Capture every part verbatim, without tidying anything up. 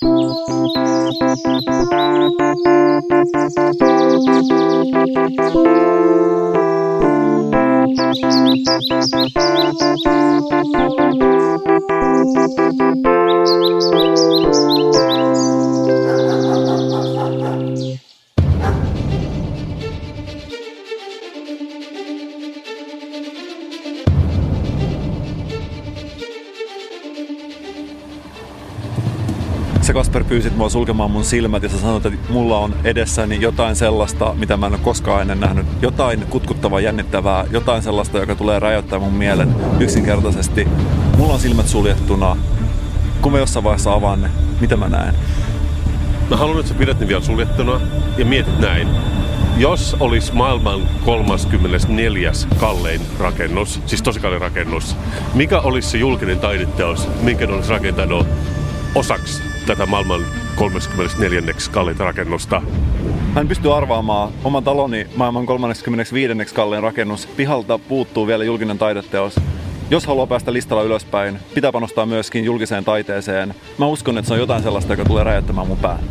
Sä, Kasper, pyysit mua sulkemaan mun silmät ja sä sanoit, että mulla on edessäni jotain sellaista, mitä mä en ole koskaan ennen nähnyt. Jotain kutkuttavaa, jännittävää, jotain sellaista, joka tulee räjäyttää mun mielen yksinkertaisesti. Mulla on silmät suljettuna. Kun mä jossain vaiheessa avaan ne, mitä mä näen? Mä haluan, että sä pidät ne vielä suljettuna ja mietit näin. Jos olisi maailman kolmaskymmenesneljäs kallein rakennus, siis tosi kallein rakennus, mikä olisi se julkinen taideteos, minkä ne olisi rakentanut osaksi tätä maailman kolmaskymmenesneljänneksi kalleinta rakennusta? Mä en pysty arvaamaan. Oman taloni maailman kolmaskymmenesviidenneksi kallein rakennus. Pihalta puuttuu vielä julkinen taideteos. Jos haluaa päästä listalla ylöspäin, pitää panostaa myöskin julkiseen taiteeseen. Mä uskon, että se on jotain sellaista, joka tulee räjäyttämään mun pään.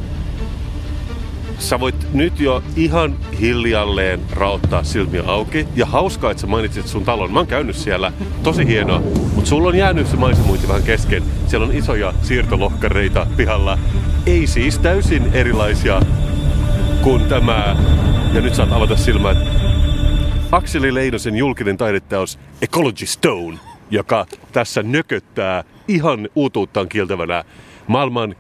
Sä voit nyt jo ihan hiljalleen raottaa silmiä auki. Ja hauskaa, että sä mainitsit sun talon. Mä oon käynyt siellä. Tosi hienoa. Mutta sulla on jäänyt se maisemointi vähän kesken. Siellä on isoja siirtolohkareita pihalla. Ei siis täysin erilaisia kuin tämä. Ja nyt saat avata silmät. Akseli Leinosen julkinen taideteos Ecology Stone, joka tässä nököttää ihan uutuuttaan kieltävänä maailman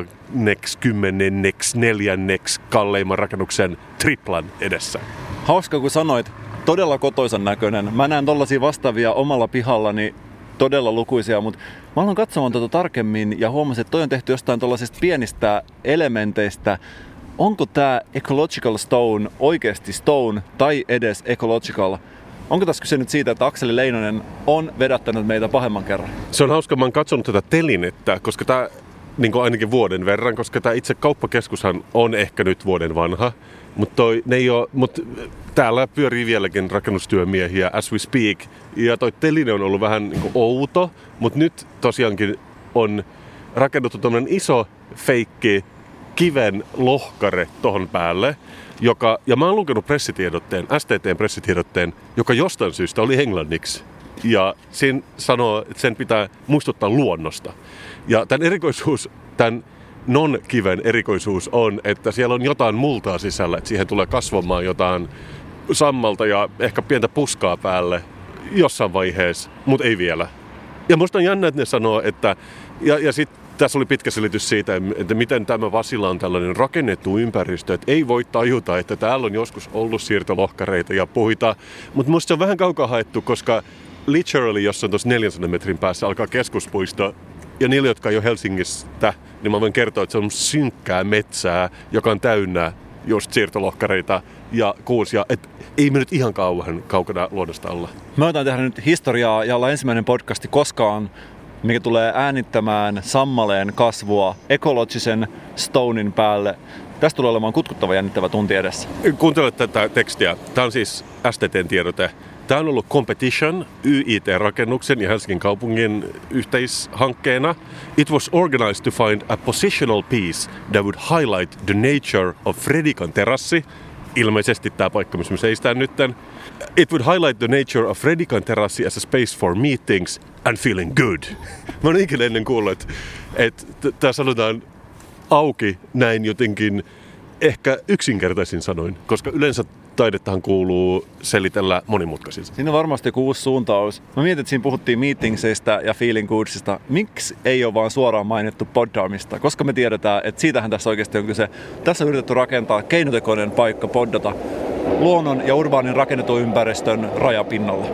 kolmanneksi neljänneksi kalleimman rakennuksen triplan edessä. Hauska, kun sanoit, todella kotoisan näköinen. Mä näen tollaisia vastaavia omalla pihallani, todella lukuisia, mutta mä aloin katsomaan tuota tarkemmin ja huomasin, että toi on tehty jostain tollasista pienistä elementeistä. Onko tää Ecological Stone oikeasti stone tai edes ecological? Onko tässä kyse nyt siitä, että Akseli Leinonen on vedättänyt meitä pahemman kerran? Se on hauska, mä oon katsonut tätä telinettä, koska tää niin kuin ainakin vuoden verran, koska tämä itse kauppakeskushan on ehkä nyt vuoden vanha, mutta toi, ne ei ole, mut täällä pyörii vieläkin rakennustyömiehiä as we speak, ja toi teline on ollut vähän niin kuin outo, mutta nyt tosiaankin on rakennettu tämmöinen iso feikki kiven lohkare tohon päälle, joka, ja mä oon lukenut pressitiedotteen, S T T:n pressitiedotteen, joka jostain syystä oli englanniksi. Ja siinä sanoo, että sen pitää muistuttaa luonnosta. Ja tämän erikoisuus, tämän non-kiven erikoisuus on, että siellä on jotain multaa sisällä, että siihen tulee kasvamaan jotain sammalta ja ehkä pientä puskaa päälle jossain vaiheessa, mutta ei vielä. Ja musta on jännä, että ne sanoo, että, ja, ja sitten tässä oli pitkä selitys siitä, että miten tämä Vasila on tällainen rakennettu ympäristö, että ei voi tajuta, että täällä on joskus ollut siirtolohkareita ja puita, mutta musta se on vähän kaukaa haettu, koska literally, jos on tuossa neljänsadan metrin päässä, alkaa keskuspuisto. Ja niille, jotka ei ole Helsingistä, niin mä voin kertoa, että se on synkkää metsää, joka on täynnä just siirtolohkareita ja kuusia. Et ei me nyt ihan kauan kaukana luonnosta olla. Me otan tehdä nyt historiaa ja olla ensimmäinen podcasti koskaan, mikä tulee äänittämään sammaleen kasvua ekologisen stonein päälle. Tästä tulee olemaan kutkuttava jännittävä tunti edessä. Kuuntele tätä tekstiä. Tämä on siis S T T:n tiedote. Tämä on ollut competition Y I T-rakennuksen ja Helsingin kaupungin yhteishankkeena. It was organized to find a positional piece that would highlight the nature of Fredikan terassi. Ilmeisesti tämä paikka, missä me seistään nytten. It would highlight the nature of Fredikan terassi as a space for meetings and feeling good. Mä oon ikinä ennen kuullut, että, että tämä sanotaan auki näin jotenkin ehkä yksinkertaisin sanoin, koska yleensä taidettahan kuuluu selitellä monimutkaisista. Siinä on varmasti joku uusi suuntaus. Mä mietin, että siinä puhuttiin meetingseistä ja feeling goodsista. Miksi ei ole vaan suoraan mainittu poddaamista? Koska me tiedetään, että siitähän tässä oikeasti on kyse. Tässä on yritetty rakentaa keinotekoinen paikka poddata luonnon ja urbaanin rakennetun ympäristön rajapinnalla.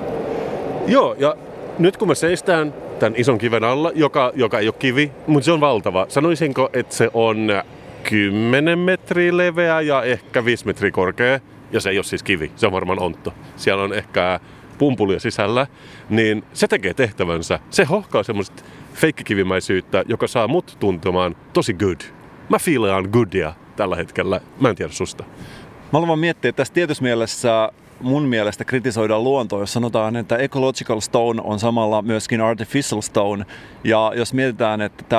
Joo, ja nyt kun me seistään tämän ison kiven alla, joka, joka ei ole kivi, mutta se on valtava. Sanoisinko, että se on kymmenen metriä leveä ja ehkä viisi metriä korkea. Ja se ei ole siis kivi, se on varmaan ontto. Siellä on ehkä pumpulia sisällä, niin se tekee tehtävänsä. Se hohkaa semmoista feikkikivimäisyyttä, joka saa mut tuntumaan tosi good. Mä fiilaan goodia tällä hetkellä, mä en tiedä susta. Mä haluan vaan miettiä, että tässä tietyssä mielessä mun mielestä kritisoidaan luontoa, jos sanotaan, että ecological stone on samalla myöskin artificial stone. Ja jos mietitään, että tämä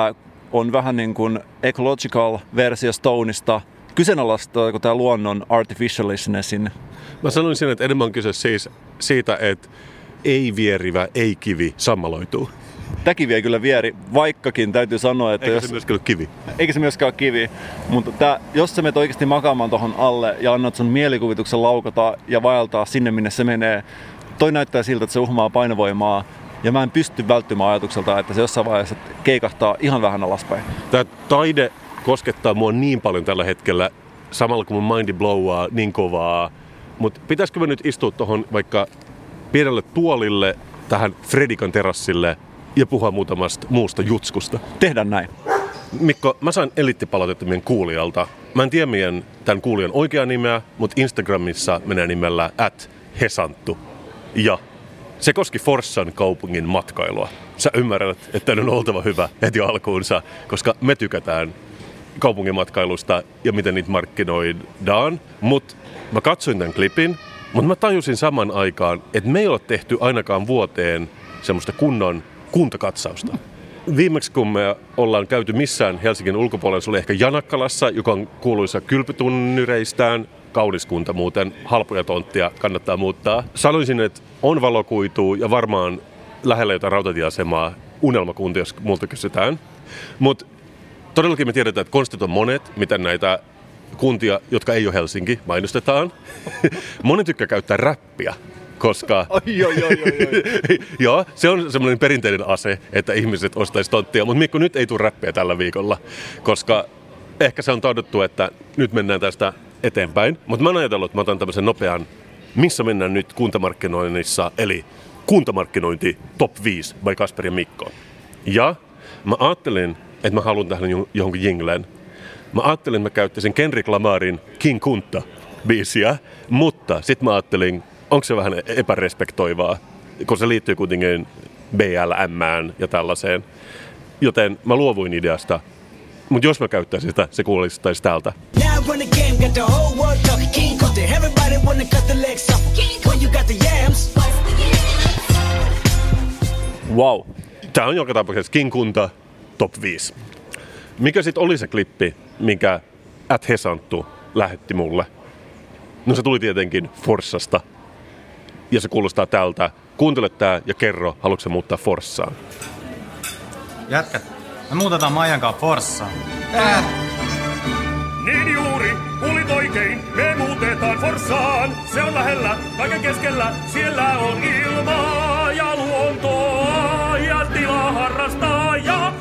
on vähän niin kuin ecological versio Stoneista. Kyseenalaistaako tämä luonnon artificialisnessin? Mä sanoisin, että enemmän on kyse siis siitä, että ei vierivä, ei kivi sammaloituu. Tämä kivi ei kyllä vieri, vaikkakin täytyy sanoa, että... Eikä jos... se myöskään ole kivi. Eikä se myöskään ole kivi, mutta tää, jos sä menet oikeasti makaamaan tuohon alle ja annat sun mielikuvituksen laukata ja vaeltaa sinne, minne se menee, toi näyttää siltä, että se uhmaa painovoimaa ja mä en pysty välttymään ajatukselta, että se jossain vaiheessa keikahtaa ihan vähän alaspäin. Tämä taide koskettaa mua niin paljon tällä hetkellä, samalla kun mun mindi blowaa niin kovaa, mutta pitäisikö me nyt istua tuohon vaikka pienelle tuolille, tähän Fredikan terassille ja puhua muutamasta muusta jutskusta? Tehdään näin. Mikko, mä sain eliittipalautetta meidän kuulijalta. Mä en tiedä meidän tämän kuulijan oikea nimeä, mutta Instagramissa menee nimellä at hesanttu. Ja se koski Forssan kaupungin matkailua. Sä ymmärrät, että on oltava hyvä heti alkuunsa, koska me tykätään kaupungin matkailusta ja miten niitä markkinoidaan. Mutta mä katsoin tämän klipin, mutta mä tajusin saman aikaan, että me ei ole tehty ainakaan vuoteen semmoista kunnon kuntakatsausta. Viimeksi kun me ollaan käyty missään Helsingin ulkopuolella, se oli ehkä Janakkalassa, joka on kuuluisa kylpytunnyreistään. Kaunis kunta muuten, halpoja tonttia, kannattaa muuttaa. Sanoisin, että on valokuitua ja varmaan lähellä jotain rautatieasemaa, unelmakunta, jos multa kysytään. Mutta todellakin me tiedetään, että konstit on monet, miten näitä kuntia, jotka ei ole Helsinki, mainostetaan. Moni tykkää käyttää räppiä, koska... Oi, oi, oi, oi. Joo, se on semmoinen perinteinen ase, että ihmiset ostaisi tonttia. Mutta Mikko, nyt ei tule räppiä tällä viikolla, koska ehkä se on todettu, että nyt mennään tästä eteenpäin. Mutta mä oon ajatellut, että mä otan tämmöisen nopean, missä mennään nyt kuntamarkkinoinnissa, eli kuntamarkkinointi top viisi by Kasper ja Mikko. Ja mä ajattelin, että mä haluan tähän johonkin jinglen. Mä ajattelin, että mä käyttäisin Kendrick Lamarin King Kunta-biisiä, mutta sit mä ajattelin, onko se vähän epärespektoivaa, kun se liittyy kuitenkin B L M:ään ja tällaiseen. Joten mä luovuin ideasta, mutta jos mä käyttäisin sitä, se kuulostaisi täältä. Wow. Tää on joka tapauksessa King Kunta top viisi. Mikä sit oli se klippi, minkä at Hesanttu lähetti mulle? No se tuli tietenkin Forssasta. Ja se kuulostaa tältä. Kuuntele tää ja kerro, haluatko sä muuttaa Forssaan? Jätkät, me muutetaan Maijankaan Forssaan. Äh. Niin juuri, kuulit oikein, me muutetaan Forssaan. Se on lähellä, kaiken keskellä, siellä on ilmaa ja luontoa ja tilaa harrastaa ja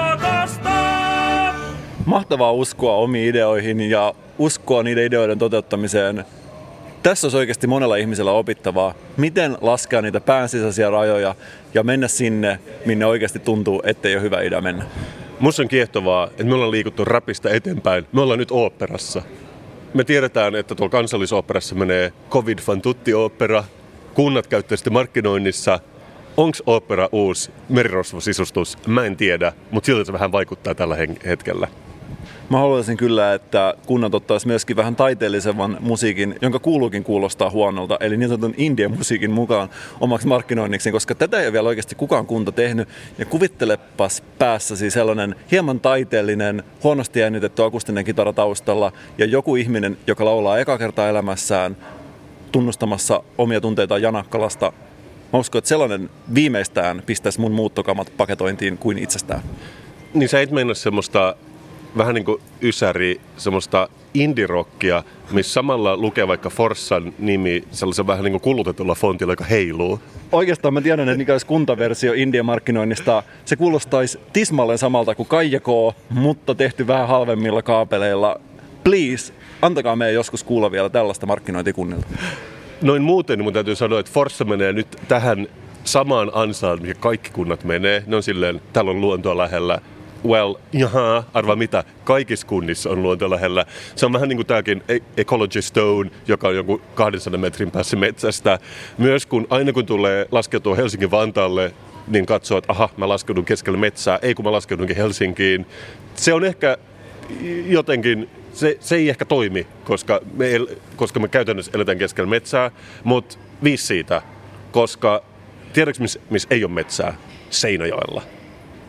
rakastaa. Mahtavaa uskoa omiin ideoihin ja uskoa niiden ideoiden toteuttamiseen. Tässä olisi oikeasti monella ihmisellä opittavaa, miten laskea niitä päänsisäisiä rajoja ja mennä sinne, minne oikeasti tuntuu, ettei ole hyvä idea mennä. Musta on kiehtovaa, että me ollaan liikuttu räpistä eteenpäin. Me ollaan nyt oopperassa. Me tiedetään, että tuolla Kansallisoopperassa menee Covid fan tutti-ooppera. Kunnat käyttää sitä markkinoinnissa. Onko ooppera uusi merirosvosisustus? Mä en tiedä, mutta silti se vähän vaikuttaa tällä hetkellä. Mä haluaisin kyllä, että kunnat ottaisi myöskin vähän taiteellisemman musiikin, jonka kuuluukin kuulostaa huonolta, eli niin sanotun indie-musiikin mukaan omaksi markkinoinniksi, koska tätä ei ole vielä oikeasti kukaan kunta tehnyt. Ja kuvittelepas päässäsi sellainen hieman taiteellinen, huonosti äänitetty akustinen kitara taustalla ja joku ihminen, joka laulaa eka kertaa elämässään tunnustamassa omia tunteitaan Janakkalasta. Mä uskon, että sellainen viimeistään pistäisi mun muuttokamat paketointiin kuin itsestään. Niin sä et mennä semmoista vähän niin kuin ysäri, semmoista indie-rockia, missä samalla lukee vaikka Forssan nimi sellaisen vähän niin kuin kulutetulla fontilla, joka heiluu. Oikeastaan mä tiedän, että mikä olisi kuntaversio indie-markkinoinnista. Se kuulostaisi tismalleen samalta kuin Kaija K, mutta tehty vähän halvemmilla kaapeleilla. Please, antakaa meidän joskus kuulla vielä tällaista markkinointikunnilta. Noin muuten mun täytyy sanoa, että Forssa menee nyt tähän samaan ansaan, mikä kaikki kunnat menee. Ne on silleen, täällä on luontoa lähellä. Well, jaha, arva mitä, kaikissa kunnissa on luonto lähellä. Se on vähän niin kuin tämäkin Ecology Stone, joka on joku kahdensadan metrin päässä metsästä. Myös kun aina kun tulee laskeutua Helsingin Vantaalle, niin katsoo, että aha, mä laskeudun keskelle metsää, ei kun mä laskeudunkin Helsinkiin. Se on ehkä jotenkin, se, se ei ehkä toimi, koska me, el, koska me käytännössä eletään keskellä metsää, mutta viisi siitä, koska tiedätkö missä mis ei ole metsää? Seinäjoella.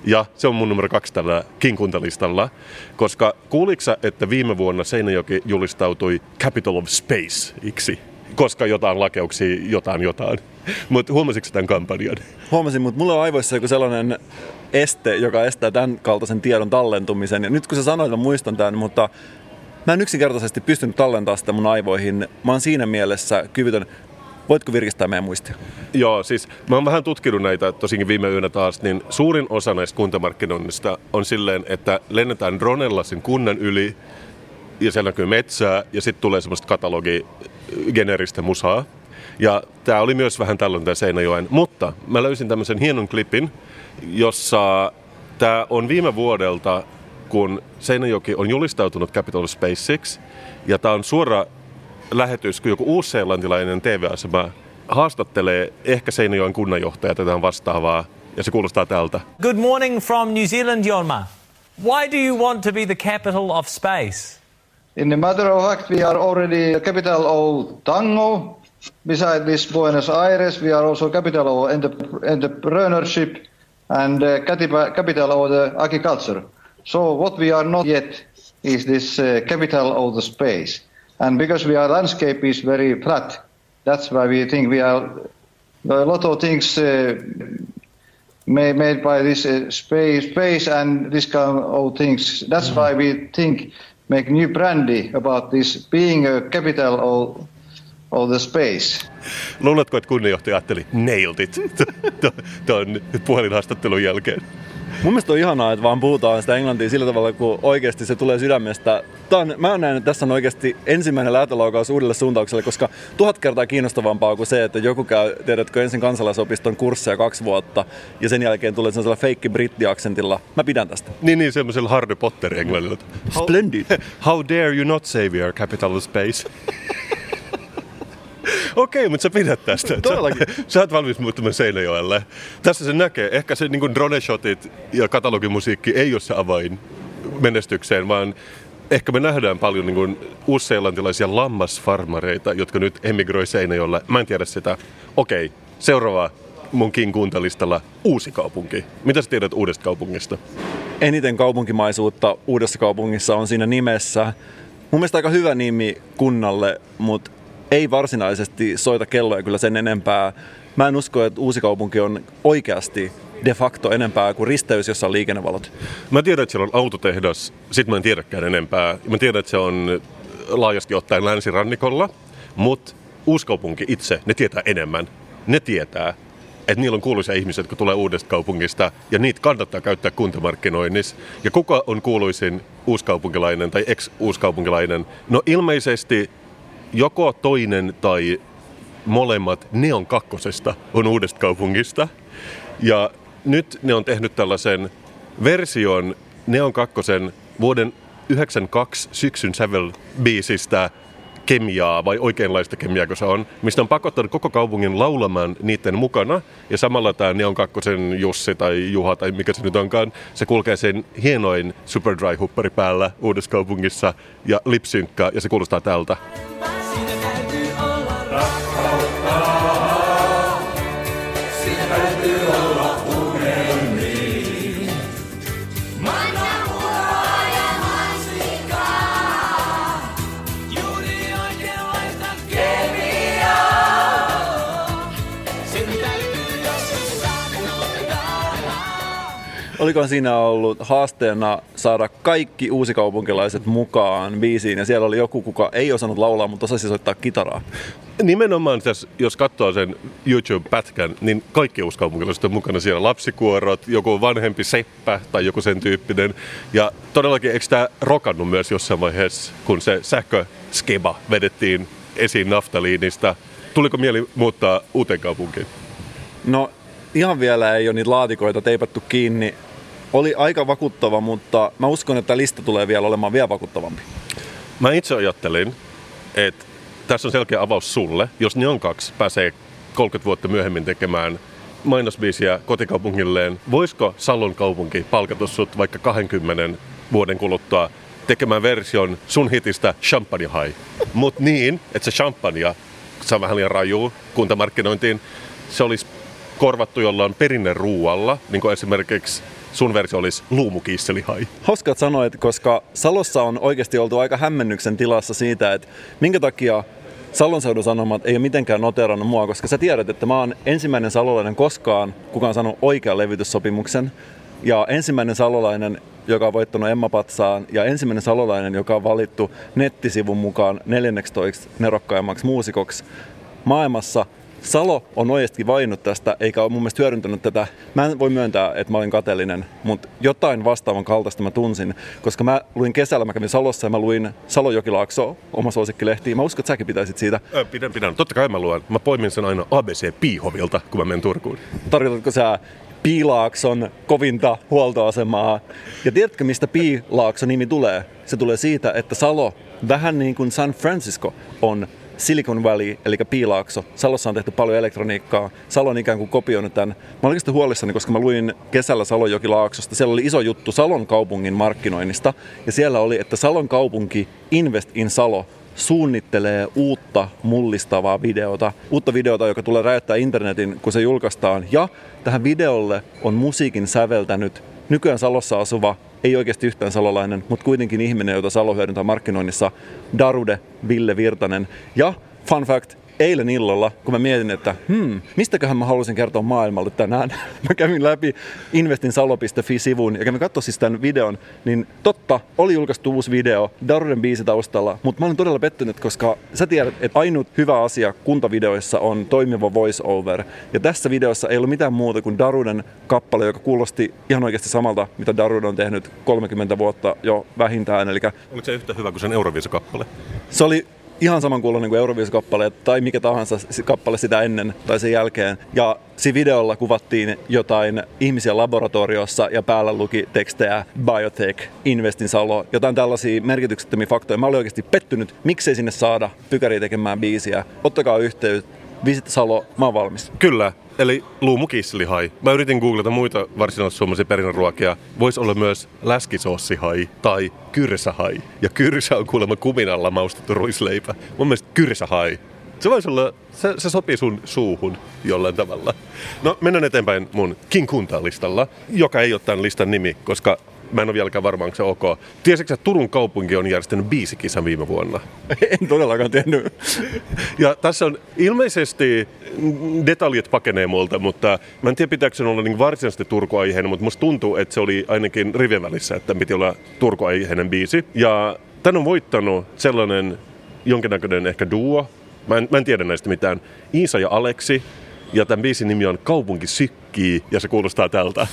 Ja se on mun numero kaksi tällä King-kuntalistalla, koska kuuliko sä, että viime vuonna Seinäjoki julistautui Capital of Space-iksi? Koska jotain lakeuksia, jotain jotain. Mutta huomasitko tämän kampanjan? Huomasin, mutta mulla on aivoissa joku sellainen este, joka estää tämän kaltaisen tiedon tallentumisen. Ja nyt kun sä sanoit, mä muistan tämän, mutta mä en yksinkertaisesti pystynyt tallentamaan sitä mun aivoihin. Mä oon siinä mielessä kyvytön. Voitko virkistää meidän muistia? Joo, siis mä oon vähän tutkinut näitä tosinkin viime yönä taas, niin suurin osa näistä kuntamarkkinoinnista on silleen, että lennetään dronella sen kunnan yli ja siellä näkyy metsää ja sitten tulee semmoista katalogi-generistä musaa. Ja tää oli myös vähän tällöin tää Seinäjoen, mutta mä löysin tämmöisen hienon klipin, jossa tää on viime vuodelta, kun Seinäjoki on julistautunut Capital Spaceiksi, ja tää on suora lähetys, kun joku uusseelantilainen T V-asema haastattelee ehkä Seinäjoen kunnanjohtajaa tätä vastaavaa, ja se kuulostaa tältä. Good morning from New Zealand, Jorma. Why do you want to be the capital of space? In the matter of fact, we are already the capital of Tango. Beside this Buenos Aires, we are also capital of entrepreneurship and uh, capital of the agriculture. So what we are not yet is this uh, capital of the space. And because our landscape is very flat, that's why we think we are a lot of things uh, made, made by this uh, space, space and this kind of things. That's why we think make new brandy about this being a capital of, of the space. Luuletko, että kunnanjohtaja ajatteli, nailed it, tuon puhelinhaastattelun jälkeen? Mun mielestä on ihanaa, että vaan puhutaan sitä englantia sillä tavalla, kun oikeasti se tulee sydämestä. On, mä näen, että tässä on oikeasti ensimmäinen lähtölaukaus uudelle suuntaukselle, koska tuhat kertaa kiinnostavampaa kuin se, että joku käy, tiedätkö, ensin kansalaisopiston kursseja kaksi vuotta ja sen jälkeen tulee sellaisella feikki brittiaksentilla. Mä pidän tästä. Niin, niin semmoisella Harry Potter-englannilla. Splendid. How dare you not save your capital of space? Okei, mutta sä pidät tästä. Todellakin. Sä, sä oot valmis muuttamaan Seinäjoelle. Tässä se näkee. Ehkä se niin drone-shotit ja katalogimusiikki ei ole se avain menestykseen, vaan ehkä me nähdään paljon niin uusseelantilaisia lammasfarmareita, jotka nyt emigroi Seinäjoelle. Mä en tiedä sitä. Okei, seuraava mun King-kuntalistalla Uusikaupunki. Mitä sä tiedät Uudesta kaupungista? Eniten kaupunkimaisuutta Uudessa kaupungissa on siinä nimessä. Mun mielestä aika hyvä nimi kunnalle, mutta ei varsinaisesti soita kelloja kyllä sen enempää. Mä en usko, että Uusikaupunki on oikeasti de facto enempää kuin risteys, jossa on liikennevalot. Mä tiedän, että siellä on autotehdas, sit mä en tiedäkään enempää. Mä tiedän, että se on laajasti ottaen länsirannikolla, mutta Uusikaupunki itse, ne tietää enemmän. Ne tietää, että niillä on kuuluisia ihmisiä, jotka tulee Uudesta kaupungista, ja niitä kannattaa käyttää kuntamarkkinoinnissa. Ja kuka on kuuluisin uusikaupunkilainen tai ex-uusikaupunkilainen? No ilmeisesti joko toinen tai molemmat Neon kakkosesta on Uudesta kaupungista. Ja nyt ne on tehnyt tällaisen version Neon kakkosen vuoden yhdeksänkymmentäkaksi syksyn sävel-biisistä Kemiaa, vai oikeanlaista kemiaa, kun se on, mistä on pakottanut koko kaupungin laulamaan niiden mukana. Ja samalla tämä Neon kakkosen Jussi tai Juha tai mikä se nyt onkaan, se kulkee sen hienoin Superdry-huppari päällä Uudessa kaupungissa ja lipsynkkää, ja se kuulostaa tältä. Olikohan siinä ollut haasteena saada kaikki uusikaupunkilaiset mukaan biisiin, ja siellä oli joku, kuka ei osannut laulaa, mutta osasi soittaa kitaraa. Nimenomaan, jos katsoo sen YouTube-pätkän, niin kaikki uusikaupunkilaiset on mukana siellä. Lapsikuorot, joku vanhempi seppä tai joku sen tyyppinen. Ja todellakin, eikö tämä rokannut myös jossain vaiheessa, kun se sähköskeba vedettiin esiin naftaliinista? Tuliko mieli muuttaa uuteen kaupunkiin? No, ihan vielä ei ole niitä laatikoita teipattu kiinni. Oli aika vakuuttava, mutta mä uskon, että lista tulee vielä olemaan vielä vakuuttavampi. Mä itse ajattelin, että tässä on selkeä avaus sulle, jos Neon kaksi pääsee kolmekymmentä vuotta myöhemmin tekemään mainosbiisiä kotikaupungilleen. Voisiko Salon kaupunki palkata sut vaikka kaksikymmentä vuoden kuluttua tekemään version sun hitistä Champagne High? Mut niin, että se champagne, se on vähän liian raju kuntamarkkinointiin, se olisi korvattu jollain perinneruualla, niin kuin esimerkiksi sun versio olisi luumukiisselihai. Hauska, että sanoit, koska Salossa on oikeasti oltu aika hämmennyksen tilassa siitä, että minkä takia Salon seudun sanomat ei ole mitenkään noterannut mua, koska sä tiedät, että mä oon ensimmäinen salolainen koskaan, kuka on saanut oikean levytyssopimuksen. Ja ensimmäinen salolainen, joka on voittanut Emma Patsaan, ja ensimmäinen salolainen, joka on valittu nettisivun mukaan neljänneksitoista nerokkaimmaksi muusikoksi maailmassa. Salo on oikeasti vainnut tästä, eikä ole mun mielestä hyödyntänyt tätä. Mä en voi myöntää, että mä olin kateellinen, mutta jotain vastaavan kaltaista mä tunsin, koska mä luin kesällä, mä kävin Salossa ja mä luin Salon Jokilaaksoa, oma suosikkilehti. Mä uskon, että säkin pitäisit siitä. Ö, pidän, pidän. Totta kai mä luen. Mä poimin sen aina A B C Piihovilta, kun mä menen Turkuun. Tarkoitatko sä Piilaakson kovinta huoltoasemaa? Ja tiedätkö, mistä Piilaakson nimi tulee? Se tulee siitä, että Salo, vähän niin kuin San Francisco, on Silicon Valley, eli Piilaakso. Salossa on tehty paljon elektroniikkaa. Salo on ikään kuin kopioinut tämän. Mä olin oikeasti huolissani, koska mä luin kesällä Salonjokilaaksosta. Siellä oli iso juttu Salon kaupungin markkinoinnista. Ja siellä oli, että Salon kaupunki Invest in Salo suunnittelee uutta mullistavaa videota. Uutta videota, joka tulee räjäyttää internetin, kun se julkaistaan. Ja tähän videolle on musiikin säveltänyt nykyään Salossa asuva, ei oikeasti yhtään salolainen, mutta kuitenkin ihminen, jota Salo hyödyntää markkinoinnissa, Darude Ville Virtanen. Ja fun fact, eilen illalla, kun mä mietin, että hmm, mistäköhän mä haluaisin kertoa maailmalle tänään, mä kävin läpi investinsalo piste fi-sivun ja kävin katsoa siis tämän videon, niin totta, oli julkaistu uusi video, Daruden biisi taustalla, mutta mä olin todella pettynyt, koska sä tiedät, että ainut hyvä asia kuntavideoissa on toimiva voice-over, ja tässä videossa ei ollut mitään muuta kuin Daruden kappale, joka kuulosti ihan oikeasti samalta, mitä Darude on tehnyt kolmekymmentä vuotta jo vähintään, eli oliko se yhtä hyvä kuin sen Euroviisa-kappale? Se oli ihan samankuuloinen kuin Euroviisa-kappale tai mikä tahansa kappale sitä ennen tai sen jälkeen. Ja siinä videolla kuvattiin jotain ihmisiä laboratoriossa ja päällä luki tekstejä Biotech, Investin Salo, jotain tällaisia merkityksettömiä faktoja. Mä olin oikeasti pettynyt, miksei sinne saada Pykäriä tekemään biisiä. Ottakaa yhteyttä. Visit Salo, mä oon valmis. Kyllä, eli luumukiisselihai. Mä yritin googlata muita varsinaissuomalaisia perinnönruokia. Voisi olla myös läskisoossihai tai kyrsähai. Ja kyrsä on kuulemma kuminalla maustettu ruisleipä. Mun mielestä kyrsähai. Se voisi olla, se, se sopii sun suuhun jollain tavalla. No, mennään eteenpäin mun King Kunta-listalla, joka ei ole tämän listan nimi, koska mä en ole vieläkään varma, onko se ok. Tiesitkö, että Turun kaupunki on järjestänyt biisikisan viime vuonna? En todellakaan tiennyt. Ja tässä on ilmeisesti, detaljit pakenee multa, mutta mä en tiedä pitääkö se olla niin varsinaisesti Turku-aiheinen, mutta musta tuntuu, että se oli ainakin rivien välissä, että piti olla Turku-aiheinen biisi. Ja tän on voittanut sellainen jonkinnäköinen ehkä duo, mä en, mä en tiedä näistä mitään, Iisa ja Aleksi, ja tämän biisin nimi on Kaupunki sykkii, ja se kuulostaa tältä.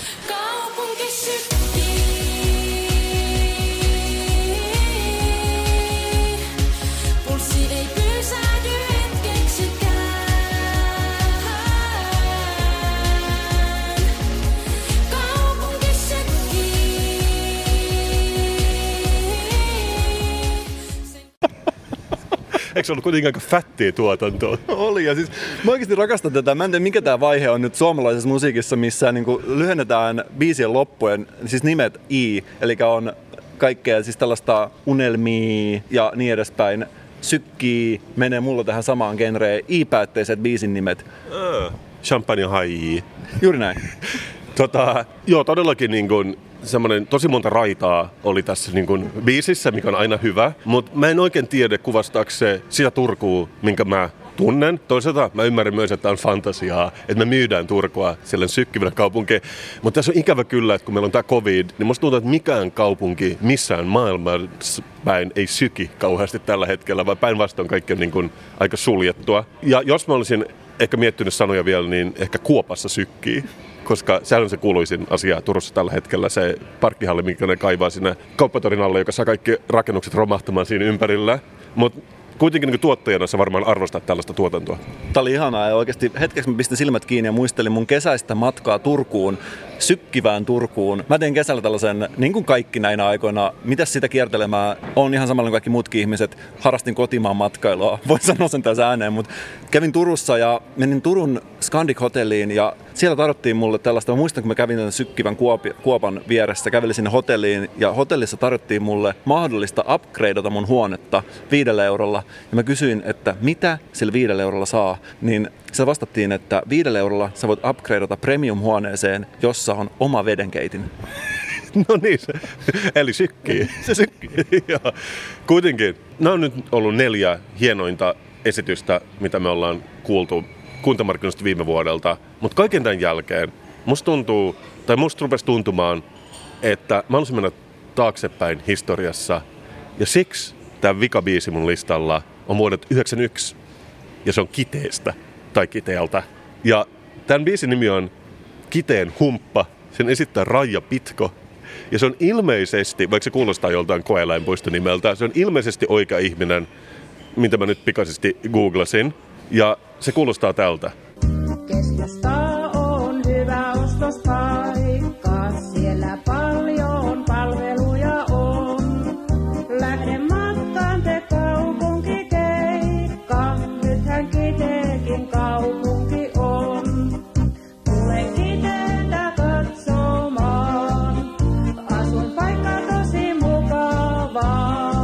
Eikö se ollut kuitenkin aika fättiä tuotantoa? Oli, ja siis mä oikeasti rakastan tätä. Mä en tiedä, mikä tää vaihe on nyt suomalaisessa musiikissa, missä niin kuin lyhennetään biisien loppujen, siis nimet I, eli on kaikkea siis tällaista unelmia ja niin edespäin. Sykkii menee mulla tähän samaan genreen, I-päätteiset biisin nimet. Uh, champagne haijii. Juuri näin. Tota, joo, todellakin niin kuin semmoinen tosi monta raitaa oli tässä niin kuin biisissä, mikä on aina hyvä, mutta mä en oikein tiedä kuvastaako se sitä Turkua, minkä mä tunnen. Toisaalta mä ymmärrän myös, että on fantasiaa, että me myydään Turkua silleen sykkivänä kaupunkiin. Mutta tässä on ikävä kyllä, että kun meillä on tää covid, niin musta tuntuu, että mikään kaupunki missään maailmassa päin ei syki kauheasti tällä hetkellä, vaan päinvastoin kaikki on niin kuin aika suljettua. Ja jos mä olisin ehkä miettinyt sanoja vielä, niin ehkä Kuopassa sykkii. Koska se on se kuuluisin asia Turussa tällä hetkellä, se parkkihalli, minkä ne kaivaa sinne kauppatorin alle, joka saa kaikki rakennukset romahtamaan siinä ympärillä. Mutta kuitenkin niin tuottajana sä varmaan arvostat tällaista tuotantoa. Tämä oli ihanaa ja oikeasti hetkeksi mä pistin silmät kiinni ja muistelin mun kesäistä matkaa Turkuun, sykkivään Turkuun. Mä tein kesällä tällaisen, niin kuin kaikki näinä aikoina, mitäs sitä kiertelemään, on ihan samalla kuin kaikki muutkin ihmiset, harrastin kotimaan matkailua, voin sanoa sen tässä ääneen, mutta kävin Turussa ja menin Turun Scandic Hotelliin ja siellä tarjottiin mulle tällaista, mä muistan kun mä kävin tämän sykkivän kuopi, kuopan vieressä, kävelin sinne hotelliin ja hotellissa tarjottiin mulle mahdollista upgradeata mun huonetta viidellä eurolla. Ja mä kysyin, että mitä sillä viidellä eurolla saa, niin Siellä vastattiin, että viidellä eurolla sä voit upgradeata premium-huoneeseen, jossa on oma vedenkeitin. No niin, se, eli sykkii. Se sykkii. Ja kuitenkin, nämä on nyt ollut neljä hienointa esitystä, mitä me ollaan kuultu kuntamarkkinoista viime vuodelta. Mutta kaiken tämän jälkeen musta tuntuu, tai musta rupesi tuntumaan, että mä haluaisin mennä taaksepäin historiassa. Ja siksi tämä vikabiisi mun listalla on vuodet yhdeksänkymmentäyksi. Ja se on Kiteestä, tai Kiteeltä. Ja tämän biisin nimi on Kiteen humppa. Sen esittää Raija Pitko. Ja se on ilmeisesti, vaikka se kuulostaa joltain koeläinpuiston nimeltä, se on ilmeisesti oikea ihminen, mitä mä nyt pikaisesti googlasin. Ja se kuulostaa tältä. Keskusta on hyvä ostospaikka, siellä paljon palveluja on. Lähde matkaan te kaupunkikeikka, nythän Kiteekin kaupunki on. Tule Kiteetä katsomaan, asuinpaikka tosi mukavaa.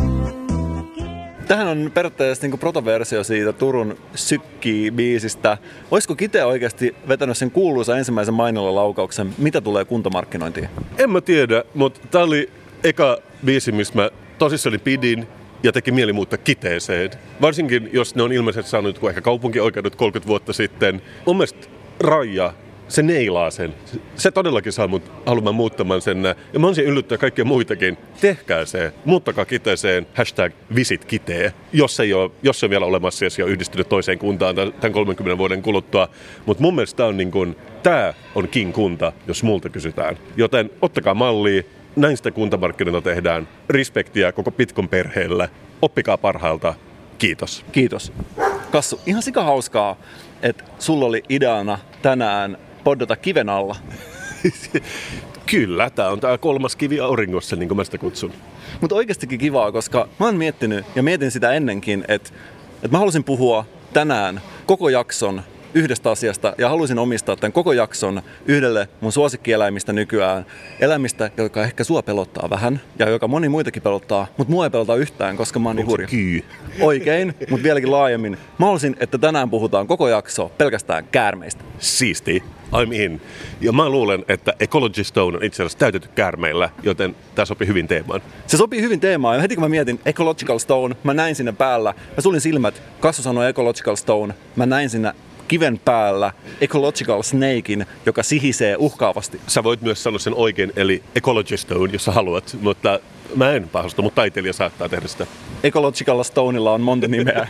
Tähän on periaatteessa niin kuin protoversio siitä Turun Sykki-biisistä. Olisiko Kite oikeasti vetänyt sen kuuluisa ensimmäisen mainolla-laukauksen, mitä tulee kuntamarkkinointiin? En mä tiedä, mutta tää oli eka biisi, missä mä tosissani pidin ja teki mieli muuttaa Kiteeseen. Varsinkin, jos ne on ilmeisesti saanut ehkä kaupunkioikeudet kolmekymmentä vuotta sitten. Mun mielestä Raija, se neilaa sen. Se todellakin saa mut haluamaan muuttamaan sen. Ja mä olisin yllyttää kaikkia muitakin. Tehkää se. Muuttakaa Kiteeseen. Hashtag visit Kitee. Jos ei ole, jos se on vielä olemassa ja se on yhdistynyt toiseen kuntaan tämän kolmenkymmenen vuoden kuluttua. Mutta mun mielestä tää on, niin kun, tää on King kunta, jos multa kysytään. Joten ottakaa mallia. Näin sitä kuntamarkkinoita tehdään. Respektiä koko Pitkon perheelle. Oppikaa parhailta. Kiitos. Kiitos. Kassu, ihan sika hauskaa, että sulla oli ideana tänään poddata kiven alla. Kyllä, tää on tää kolmas kivi auringossa, niin kuin mä sitä kutsun. Mutta oikeastikin kivaa, koska mä oon miettinyt ja mietin sitä ennenkin, että, että mä halusin puhua tänään koko jakson yhdestä asiasta ja haluaisin omistaa tämän koko jakson yhdelle mun suosikkieläimistä nykyään. Eläimistä, joka ehkä sua pelottaa vähän ja joka moni muitakin pelottaa, mutta mua ei pelota yhtään, koska mä oon niin hurja. Kyy. Oikein, mutta vieläkin laajemmin. Mä haluaisin, että tänään puhutaan koko jakso pelkästään käärmeistä. Siisti. I'm in. Ja mä luulen, että Ecology Stone on itse asiassa täytetty käärmeillä, joten tää sopii hyvin teemaan. Se sopii hyvin teemaan. Ja heti kun mä mietin Ecological Stone, mä näin sinne päällä. Mä sulin silmät, Kassu sanoi Ecological Stone. Mä näin sinne kiven päällä Ecological Snakein, joka sihisee uhkaavasti. Sä voit myös sanoa sen oikein, eli Ecology Stone, jos sä haluat, mutta mä en pahosta, mutta taiteilija saattaa tehdä sitä. Ecological Stoneilla on monta nimeä.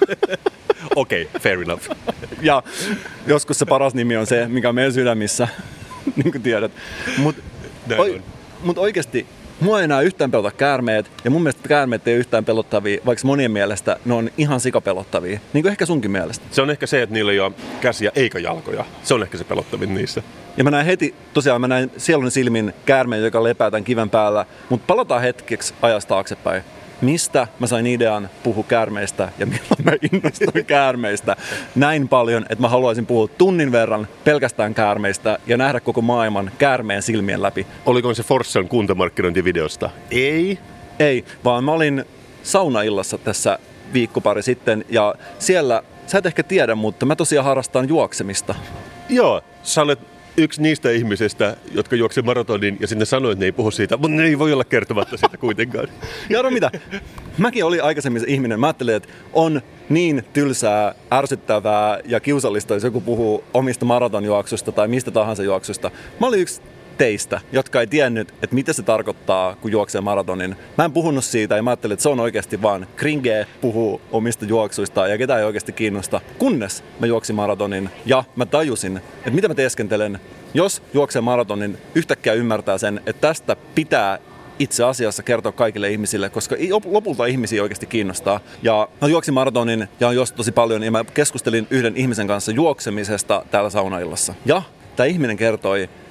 Okei, okay, fair enough. Ja joskus se paras nimi on se, mikä on meidän sydämissä, niin kuin tiedät. Mutta oi, mut oikeasti mua ei enää yhtään pelota käärmeet, ja mun mielestä käärmeet ei ole yhtään pelottavia, vaikka monien mielestä ne on ihan sikapelottavia. Niin kuin ehkä sunkin mielestä. Se on ehkä se, että niillä ei ole käsiä eikä jalkoja. Se on ehkä se pelottavin niissä. Ja mä näin heti, tosiaan mä näin sielun silmin käärmeen, joka lepää tämän kiven päällä. Mutta palataan hetkeksi ajasta taaksepäin. Mistä mä sain idean puhua käärmeistä ja milloin mä innostuin käärmeistä näin paljon, että mä haluaisin puhua tunnin verran pelkästään käärmeistä ja nähdä koko maailman käärmeen silmien läpi. Oliko se Forssan kuntamarkkinointivideosta? Ei. Ei, vaan mä olin saunaillassa tässä viikko pari sitten ja siellä, sä et ehkä tiedä, mutta mä tosiaan harrastan juoksemista. Joo, sä olet yksi niistä ihmisistä, jotka juoksee maratonin ja sinne sanoi, että ne ei puhu siitä, mutta ne ei voi olla kertomatta siitä kuitenkaan. Ja arvo mitä? Mäkin olin aikaisemmin se ihminen. Mä ajattelin, että on niin tylsää, ärsyttävää ja kiusallista, jos joku puhuu omista maratonjuoksusta tai mistä tahansa juoksusta. Mä olin yksi teistä, jotka ei tiennyt, että mitä se tarkoittaa, kun juoksee maratonin. Mä en puhunut siitä ja mä ajattelin, että se on oikeasti vaan kringee puhuu omista juoksuista ja ketään ei oikeasti kiinnosta. Kunnes mä juoksin maratonin ja mä tajusin, että mitä mä teeskentelen, jos juoksee maratonin, yhtäkkiä ymmärtää sen, että tästä pitää itse asiassa kertoa kaikille ihmisille, koska lopulta ihmisiä oikeasti kiinnostaa. Ja mä juoksin maratonin ja on jos tosi paljon ja mä keskustelin yhden ihmisen kanssa juoksemisesta täällä saunaillassa. Ja tämä ihminen kertoi,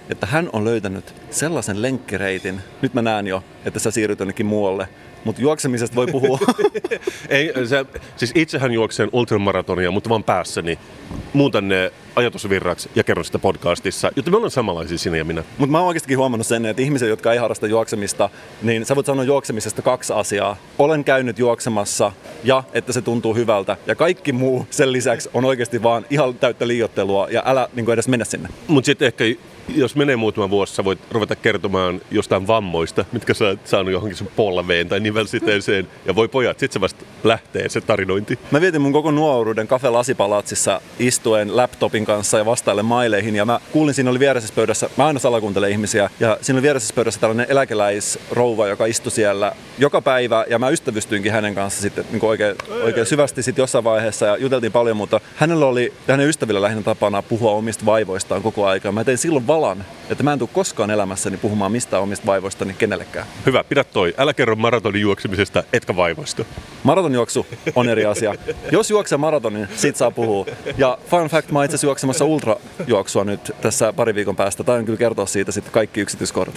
että hän on löytänyt sellaisen lenkkireitin. Nyt mä näen jo, että sä siirryt jonnekin muualle. Mutta juoksemisesta voi puhua. Ei, se, siis itsehän juoksen ultramaratonia, mutta vaan päässäni. Muutan ne ajatusvirraksi ja kerron sitä podcastissa, jotta me ollaan samanlaisia sinä ja minä. Mutta mä oon oikeastikin huomannut sen, että ihmiset, jotka ei harrasta juoksemista, niin sä voit sanoa juoksemisesta kaksi asiaa. Olen käynyt juoksemassa ja että se tuntuu hyvältä. Ja kaikki muu sen lisäksi on oikeasti vaan ihan täyttä liioittelua ja älä niin edes mennä sinne. Mutta sitten ehkä, jos menee muutama vuosi, sä voit ruveta kertomaan jostain vammoista, mitkä sä oot saanut johonkin sun polveen tai nivelsiteeseen. Ja voi pojat, sit se vasta lähtee se tarinointi. Mä vietin mun koko nuoruuden Cafe Lasipalatsissa istuen laptopin kanssa ja vastaille maileihin. Ja mä kuulin, siinä oli vieressä pöydässä, mä aina salakuuntelen ihmisiä, ja siinä oli vieressä pöydässä tällainen eläkeläisrouva, joka istui siellä joka päivä. Ja mä ystävystyinkin hänen kanssa sitten niin oikein, oikein syvästi sitten jossain vaiheessa ja juteltiin paljon, mutta hänellä oli ja hänen ystävillä lähinnä tapana puhua omista vaivoistaan koko aika. Mä tein silloin valan, että mä en tule koskaan elämässäni puhumaan mistään omista vaivoistani kenellekään. Hyvä, pidä toi. Älä kerro maratonin juoksemisesta, etkä vaivoista. Maratonjuoksu on eri asia. Jos juoksee maratonin, sit saa puhua. Ja fun fact, mä oon itse asiassa juoksemassa ultrajuoksua nyt tässä pari viikon päästä. Tai on kyllä kertoa siitä sitten kaikki yksityiskohdat.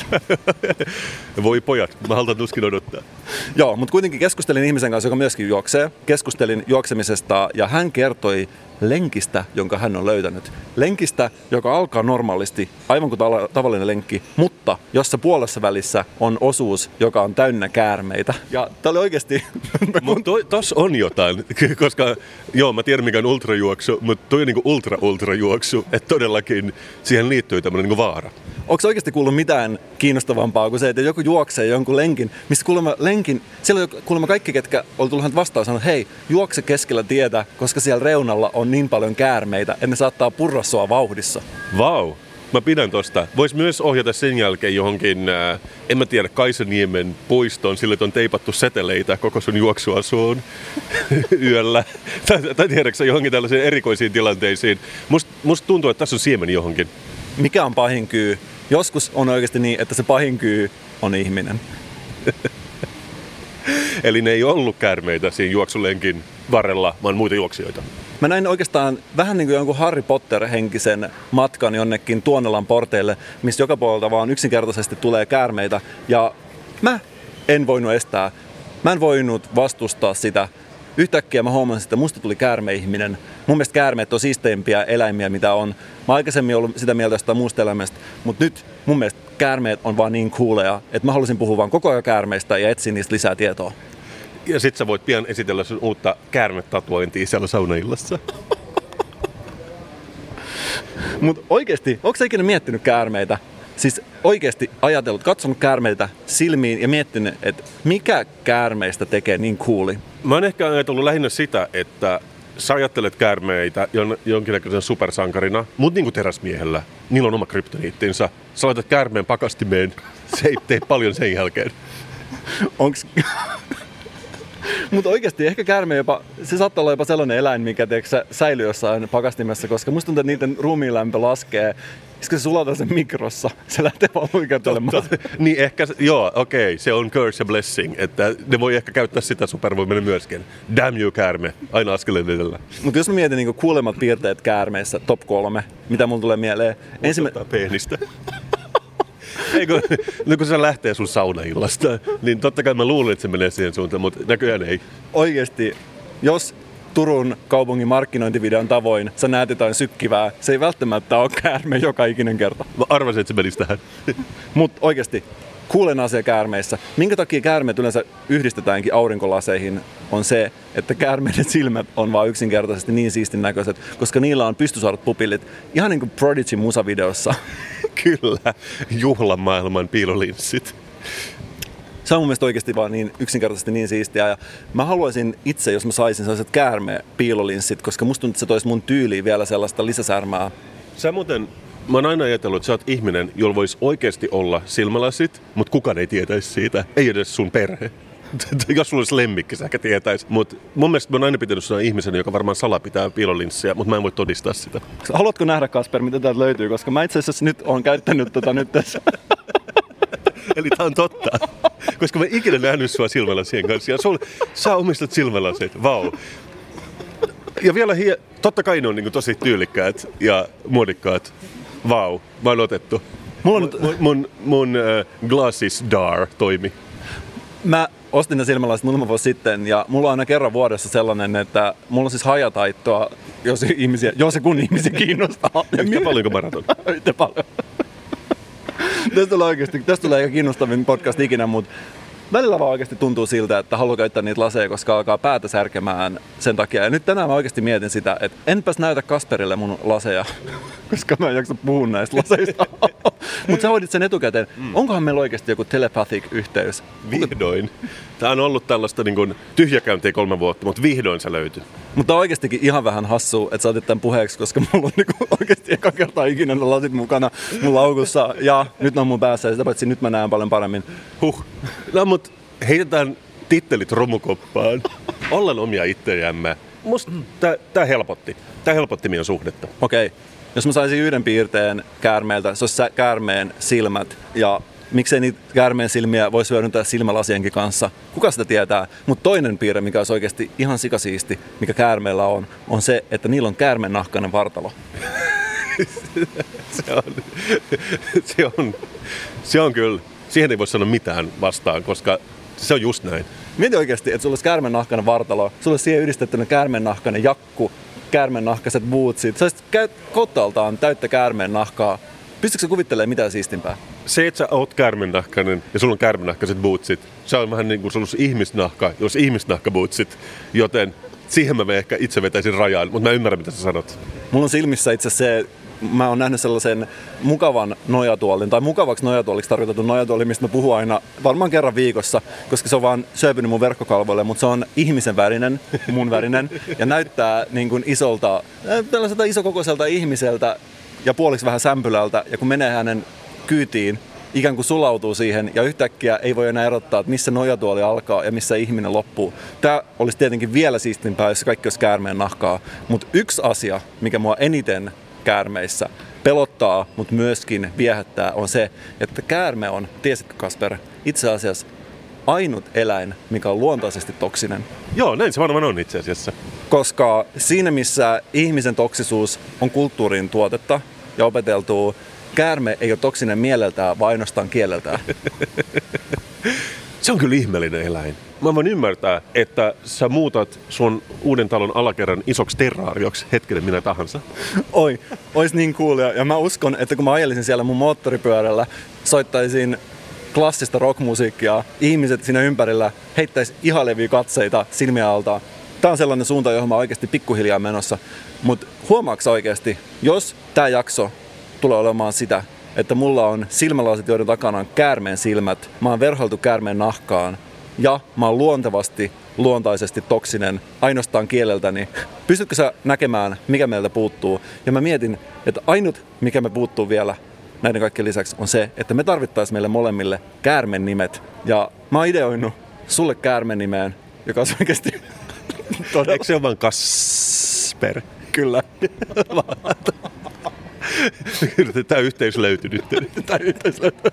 Voi pojat, mä haluan tuskin odottaa. Joo, mutta kuitenkin keskustelin ihmisen kanssa, joka myöskin juoksee. Keskustelin juoksemisesta ja hän kertoi lenkistä, jonka hän on löytänyt. Lenkistä, joka alkaa normaalisti, aivan kuin tavallinen lenkki, mutta jossa puolessa välissä on osuus, joka on täynnä käärmeitä. Ja tää oli oikeasti... Mutta tossa on jotain, koska joo, mä tiedän mikä on ultrajuoksu, mutta toi on niinku ultra-ultrajuoksu, että todellakin siihen liittyy tämmönen niinku vaara. Onko oikeasti kuullut mitään kiinnostavampaa kuin se, että joku juoksee jonkun lenkin, mistä kuulemma lenkin, siellä on kuulemma kaikki, ketkä on tullut vastaan, sanoo, hei, juokse keskellä tietä, koska siellä reunalla on niin paljon käärmeitä, että ne saattaa purra sua vauhdissa. Vau, mä pidän tosta. Vois myös ohjata sen jälkeen johonkin, äh, en mä tiedä, Kaisaniemen puistoon, sille on teipattu seteleitä koko sun juoksuasuun yöllä. tai, tai tiedätkö johonkin tällaisiin erikoisiin tilanteisiin. Musta must tuntuu, että tässä on siemeni johonkin. Mikä on pahin kyy? Joskus on oikeasti niin, että se pahin kyy on ihminen. Eli ne ei ollut käärmeitä siinä juoksulenkin varrella, vaan muita juoksijoita. Mä näin oikeastaan vähän niin kuin jonkun Harry Potter-henkisen matkan jonnekin Tuonelan porteille, missä joka puolelta vaan yksinkertaisesti tulee käärmeitä. Ja mä en voinut estää. Mä en voinut vastustaa sitä. Yhtäkkiä mä huomasin, että musta tuli käärmeihminen. Mun mielestä käärmeet on siisteimpiä eläimiä, mitä on. Mä aikaisemmin ollut sitä mieltä jostain muusta elämästä, mutta nyt mun mielestä käärmeet on vaan niin cooleja, että mä haluaisin puhua vaan koko ajan käärmeistä ja etsiä niistä lisää tietoa. Ja sit sä voit pian esitellä sun uutta käärmetatuointia siellä saunaillassa. Mut oikeesti, onko sä ikinä miettinyt käärmeitä? Siis oikeesti ajatellut, katsonut käärmeitä silmiin ja miettinyt, että mikä käärmeistä tekee niin cooli? Mä oon ehkä ajatellut lähinnä sitä, että sä ajattelet käärmeitä jon, jonkinnäköisen supersankarina, mut niin kuin teräsmiehellä, niillä on oma kryptoniittinsa. Sä laitat käärmeen pakastimeen, se ei tee paljon sen jälkeen. Onks... Mutta oikeasti ehkä käärme jopa, se saattaa olla jopa sellainen eläin, mikä teeksä, säilyy jossain pakastimessa, koska musta tuntuu, että niiden ruumiinlämpö laskee. Sitten kun se sulataan sen mikrossa, se lähtee vaan luikatelemaan. Niin ehkä, joo, okei, okay, se on curse ja blessing, että ne voi ehkä käyttää sitä supervoimana myöskin. Damn you, käärme, aina askeleen edellä. Mutta jos mä mietin niinku kuulemat piirteet käärmeissä, top kolme, mitä mulla tulee mieleen? Ensimmä... peenistä. Eikö, no kun se lähtee sun saunaillasta, niin totta kai mä luulen, että se menee siihen suuntaan, mutta näköjään ei. Oikeesti, jos Turun kaupungin markkinointivideon tavoin sä näet jotain sykkivää, se ei välttämättä ole käärme joka ikinen kerta. Mä arvasin, että se menisi tähän. Mutta oikeesti, kuulen asia käärmeissä. Minkä takia käärmeet yleensä yhdistetäänkin aurinkolaseihin on se, että käärmeiden silmät on vaan yksinkertaisesti niin siistin näköiset, koska niillä on pystysuorat pupillit. Ihan niin kuin Prodigy musavideossa. Kyllä, juhlamaailman piilolinssit. Se on mun mielestä oikeasti vaan niin yksinkertaisesti niin siistiä. Ja mä haluaisin itse, jos mä saisin sellaiset käärme-piilolinssit, koska musta tuntuu, että se toisi mun tyyliin vielä sellaista lisäsärmää. Sä muuten, mä oon aina ajatellut, että sä oot ihminen, jolla voisi oikeasti olla silmälasit, mutta kukaan ei tietäisi siitä. Ei edes sun perhe. Jos sulla olisi lemmikki, sä ehkä tietäisi. Mutta mun mielestä mä oon aina pitänyt sellainen ihmisen, joka varmaan sala pitää piilolinssiä, mutta mä en voi todistaa sitä. Haluatko nähdä, Kasper, mitä täältä löytyy? Koska mä itse asiassa nyt oon käyttänyt tota nyt tässä. Eli tää on totta. Koska mä en ikinä nähnyt sua silmälasien kanssa. Ja sul, sä omistat silmälasit. Vau. Ja vielä hie... totta kai ne on niin tosi tyylikkäät ja muodikkaat. Vau. Mä oon otettu. Mulla on Mun, nyt, mun, mun, mun uh, Glasses Dar toimi. mä ostin ne silmälasit muutama vuosi sitten ja mulla on aina kerran vuodessa sellainen, että mulla on siis hajataittoa, jos, ihmisiä, jos ja kun ihmisiä kiinnostaa. Yhtä paljonko maraton? Yhtä paljon. Tästä tulee oikeasti, tästä tulee aika kiinnostavin podcast ikinä, mutta välillä vaan oikeasti tuntuu siltä, että haluan käyttää niitä laseja, koska alkaa päätä särkemään sen takia. Ja nyt tänään mä oikeasti mietin sitä, että enpäs näytä Kasperille mun laseja, koska mä en jaksa puhua näistä laseista. Mutta sä hoidit sen etukäteen. Mm. Onkohan meillä oikeasti joku telepathic yhteys? Vihdoin. Tää on ollut tällaista niin kuin tyhjäkäyntiä kolme vuotta, mutta vihdoin se löytyi. Mutta on oikeastikin ihan vähän hassua, että sä otit tämän puheeksi, koska mulla on niinku oikeasti eka kertaa ikinä ne lasit mukana mun laukussa. Ja nyt ne on mun päässä ja sitä paitsi nyt mä näen paljon paremmin. Huh. No mut heitetään tittelit romukoppaan. Ollaan omia itseämme. Musta tää, tää helpotti. Tää helpotti meidän suhdetta. Okei, jos mä saisin yhden piirteen käärmeeltä, se olisi käärmeen silmät. Ja miksei niitä käärmeen silmiä voisi hyödyntää silmälasienkin kanssa? Kuka sitä tietää? Mutta toinen piirre, mikä olisi oikeasti ihan sikasiisti, mikä käärmeellä on, on se, että niillä on käärmeen nahkainen vartalo. se, on, se, on, se on kyllä. Siihen ei voi sanoa mitään vastaan, koska se on just näin. Mieti oikeasti, että sulla olisi käärmeen nahkainen vartalo, sulla olisi siihen yhdistettynä käärmeen nahkainen jakku, käärmeen nahkaiset bootsit. Sä olisit kottaaltaan täyttä käärmeen nahkaa. Pystytkö sä kuvittelemaan mitään siistimpää? Se, että sä oot käärmennahkainen ja sulla on käärmennahkaiset bootsit, se on vähän niin kuin sulla olisi ihmisnahka, jos ihmisnahkabootsit, joten siihen mä ehkä itse vetäisin rajaan, mutta mä ymmärrän, mitä sä sanot. Mulla on silmissä itse se, mä oon nähnyt sellaisen mukavan nojatuolin, tai mukavaksi nojatuoliksi tarkoitetun nojatuolin, mistä mä puhun aina varmaan kerran viikossa, koska se on vaan syöpynyt mun verkkokalvoille, mutta se on ihmisen värinen, mun värinen, ja näyttää niin kuin isolta, tällaiselta isokokoiselta ihmiseltä, ja puoliksi vähän sämpylältä, ja kun menee hänen kyytiin, ikään kuin sulautuu siihen, ja yhtäkkiä ei voi enää erottaa, että missä nojatuoli alkaa ja missä ihminen loppuu. Tämä olisi tietenkin vielä siistimpää, jos kaikki olisi käärmeen nahkaa. Mutta yksi asia, mikä mua eniten käärmeissä pelottaa, mutta myöskin viehättää, on se, että käärme on, tiesitkö Kasper, itse asiassa ainut eläin, mikä on luontaisesti toksinen. Joo, näin se varmaan on itse asiassa. Koska siinä, missä ihmisen toksisuus on kulttuurin tuotetta ja opeteltua, käärme ei ole toksinen mieleltään, vaan ainoastaan kieleltään. Se on kyllä ihmeellinen eläin. Mä voin ymmärtää, että sä muutat sun uuden talon alakerran isoksi terraarioksi hetkinen minä tahansa. Oi, ois niin cool. Ja mä uskon, että kun mä ajelisin siellä mun moottoripyörällä, soittaisin klassista rockmusiikkia, ihmiset siinä ympärillä heittäisi ihailevia katseita silmiä altaan. Tää on sellainen suunta, johon mä oon oikeasti pikkuhiljaa menossa. Mutta huomaaks oikeasti, jos tää jakso tulee olemaan sitä, että mulla on silmälasit, joiden takana on käärmeen silmät, mä oon verhoiltu käärmeen nahkaan ja mä oon luontevasti, luontaisesti toksinen ainoastaan kieleltäni. Pystytkö sä näkemään, mikä meiltä puuttuu? Ja mä mietin, että ainut, mikä me puuttuu vielä näiden kaikkien lisäksi, on se, että me tarvittaisiin meille molemmille käärmen nimet. Ja mä oon ideoinut sulle käärmen nimeen, joka on oikeasti todella... Eikö se ole vaan Kasper? Kyllä. Tämä yhteys löytyi nyt. Tämä yhteys löytyi.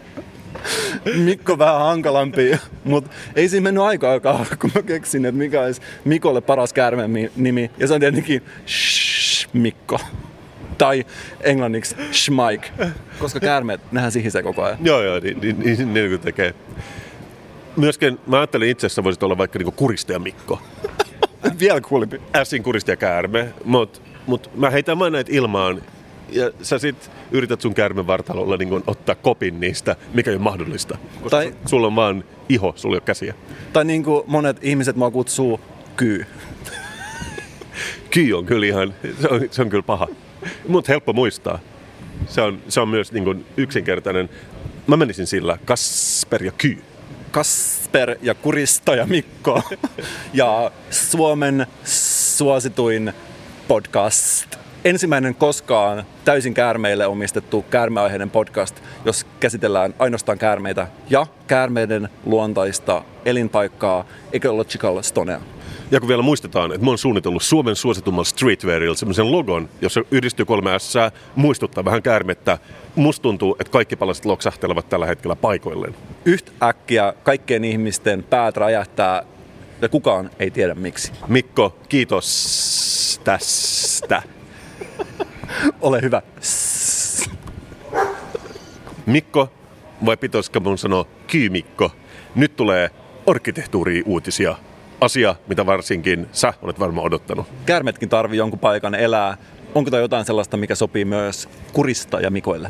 Mikko vähän hankalampi, mutta ei siinä mennyt aikaa, kun mä keksin, että mikä olisi Mikolle paras käärmeen nimi. Ja se on tietenkin Shh, Mikko. Tai englanniksi Schmike, koska käärmeet, nehän sihisee koko ajan. Joo, joo, niin, niin, niin, niin kuin tekee. Myöskin mä ajattelin itse asiassa voisit olla vaikka niin kuristaja Mikko. Vielä kuulimpi. Ässin kuristaja käärme, mutta mut mä heitän vaan näitä ilmaan. Ja sä sit yrität sun käärmen vartalolla niin kun ottaa kopin niistä, mikä ei ole mahdollista. Koska tai, sulla on vaan iho, sulla ei ole käsiä. Tai niin kuin monet ihmiset mua kutsuu kyy. Kyy on kyllä ihan, se on, se on kyllä paha. Mutta helppo muistaa. Se on, se on myös niin kun yksinkertainen. Mä menisin sillä Kasper ja Kyy. Kasper ja kuristaja Mikko. Ja Suomen suosituin podcast. Ensimmäinen koskaan täysin käärmeille omistettu käärmeaiheinen podcast, jos käsitellään ainoastaan käärmeitä ja käärmeiden luontaista elinpaikkaa Ecological Stonea. Ja kun vielä muistetaan, että mä oon suunnitellut Suomen suositummalla streetwearilla semmoisen logon, jossa yhdistyy kolme ässää, muistuttaa vähän käärmettä. Musta tuntuu, että kaikki palaset loksahtelevat tällä hetkellä paikoilleen. Yhtäkkiä kaikkien ihmisten päät räjähtää ja kukaan ei tiedä miksi. Mikko, kiitos tästä. Ole hyvä. Mikko, vai pitäisikö mun sanoa Kyymikko? Nyt tulee arkkitehtuuri-uutisia. Asia, mitä varsinkin sä olet varmaan odottanut. Käärmetkin tarvii jonkun paikan elää. Onko tämä jotain sellaista, mikä sopii myös Kurista ja Mikoille?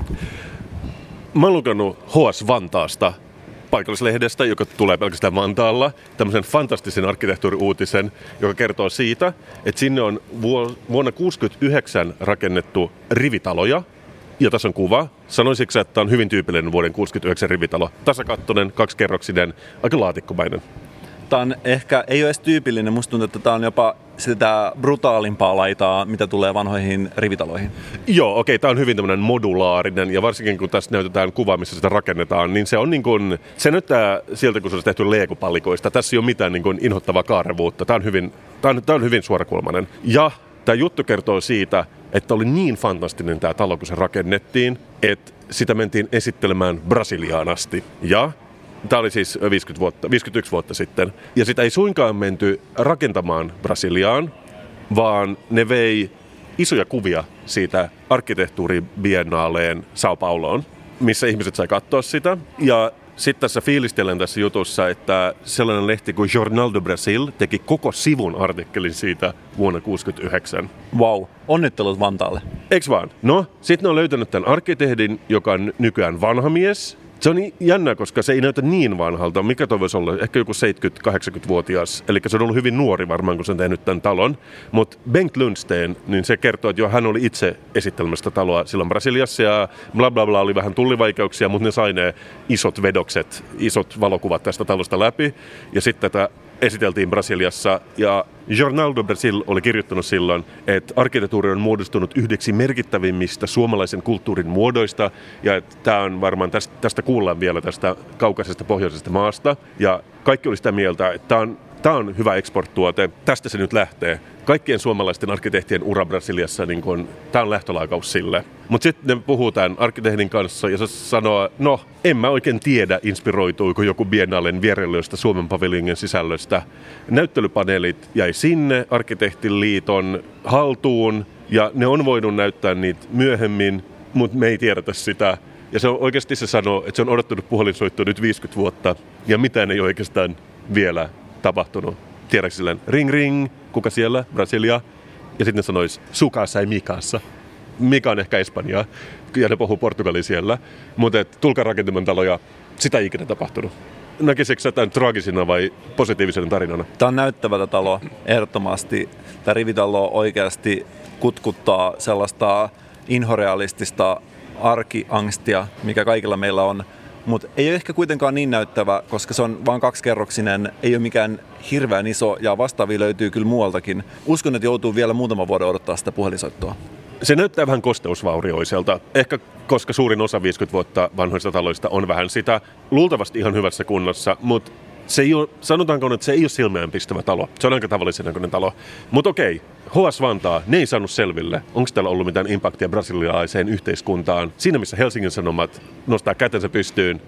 Mä oon lukenut H S Vantaasta, paikallislehdestä, joka tulee pelkästään Vantaalla, tämmöisen fantastisen arkkitehtuuri-uutisen, joka kertoo siitä, että sinne on vuonna kuusikymmentäyhdeksän rakennettu rivitaloja, ja tässä on kuva. Sanoisitko, että tämä on hyvin tyypillinen vuoden kuusikymmentäyhdeksän rivitalo? Tasakattoinen, kaksikerroksinen, aika laatikkomainen. Tämä on ehkä, ei ole edes tyypillinen. Musta tuntuu, että tämä on jopa sitä brutaalimpaa laitaa, mitä tulee vanhoihin rivitaloihin. Joo, okei, tämä on hyvin tämmöinen modulaarinen, ja varsinkin kun tässä näytetään kuva, missä sitä rakennetaan, niin se on niin kuin, se näyttää siltä, kun se on tehty leegopallikoista. Tässä ei ole mitään niin kuin inhottavaa kaarevuutta. Tämä on hyvin, tämä on, tämä on hyvin suorakulmainen. Ja tämä juttu kertoo siitä, että oli niin fantastinen tämä talo, kun se rakennettiin, että sitä mentiin esittelemään Brasiliaan asti. Ja tämä oli siis viisikymmentä vuotta, viisikymmentäyksi vuotta sitten. Ja sitä ei suinkaan menty rakentamaan Brasiliaan, vaan ne vei isoja kuvia siitä arkkitehtuuribiennaaleen Sao Pauloon, missä ihmiset sai katsoa sitä. Ja sitten tässä fiilistelen tässä jutussa, että sellainen lehti kuin Jornal do Brasil teki koko sivun artikkelin siitä vuonna kuusikymmentäyhdeksän. Wow, onnittelut Vantaalle. Eiks vaan? No, sitten ne on löytänyt tämän arkkitehdin, joka on nykyään vanha mies. Se on jännä, koska se ei näytä niin vanhalta. Mikä toi voisi olla? Ehkä joku seitsemänkymmentä-kahdeksankymmentävuotias. Eli se on ollut hyvin nuori varmaan, kun se on tehnyt tämän talon. Mutta Bengt Lundsten, niin se kertoo, että jo hän oli itse esittelemästä taloa silloin Brasiliassa. Ja bla bla bla oli vähän tullivaikeuksia, mutta ne sai ne isot vedokset, isot valokuvat tästä talosta läpi. Ja sitten tätä esiteltiin Brasiliassa, ja Jornal do Brasil oli kirjoittanut silloin, että arkkitehtuuri on muodostunut yhdeksi merkittävimmistä suomalaisen kulttuurin muodoista, ja että tämä on varmaan, tästä, tästä kuullaan vielä tästä kaukaisesta pohjoisesta maasta, ja kaikki oli sitä mieltä, että tämä on, tämä on hyvä export-tuote, tästä se nyt lähtee. Kaikkien suomalaisten arkkitehtien ura Brasiliassa, niin kun, tämä on lähtölaukaus sille. Mutta sitten ne puhuu tämän arkkitehdin kanssa ja se sanoo, no en mä oikein tiedä, inspiroituiko joku Biennalen vierailuista Suomen paviljongin sisällöstä. Näyttelypaneelit jäi sinne arkkitehtiliiton haltuun ja ne on voinut näyttää niitä myöhemmin, mutta me ei tiedetä sitä. Ja se on oikeasti se sanoo, että se on odottanut puhelinsoittoa nyt viisikymmentä vuotta ja mitään ei oikeastaan vielä tapahtunut. Tiedätkö silleen, ring ring, kuka siellä, Brasilia, ja sitten ne sanois sukassa ja mikassa. Mikä on ehkä Espanjaa, ja ne puhuu Portugalia siellä, mutta tulkaa rakentamaan taloja, sitä ei ikinä tapahtunut. Näkisikö sä tämän traagisena vai positiivisena tarinana? Tämä on näyttävä talo, ehdottomasti. Tämä rivitalo oikeasti kutkuttaa sellaista inhorealistista arkiangstia, mikä kaikilla meillä on. Mutta ei ole ehkä kuitenkaan niin näyttävä, koska se on vain kaksikerroksinen, ei ole mikään hirveän iso ja vastaavia löytyy kyllä muualtakin. Uskon, että joutuu vielä muutaman vuoden odottaa sitä puhelinsoittoa. Se näyttää vähän kosteusvaurioiselta, ehkä koska suurin osa viisikymmentä vuotta vanhoista taloista on vähän sitä. Luultavasti ihan hyvässä kunnossa, mutta se ei ole, sanotaanko, että se ei ole silmäänpistävä talo. Se on aika tavallisen näköinen talo. Mutta okei, H S Vantaa, ne ei saanut selville. Onko täällä ollut mitään impaktia brasilialaiseen yhteiskuntaan? Siinä missä Helsingin Sanomat nostaa kätensä pystyyn,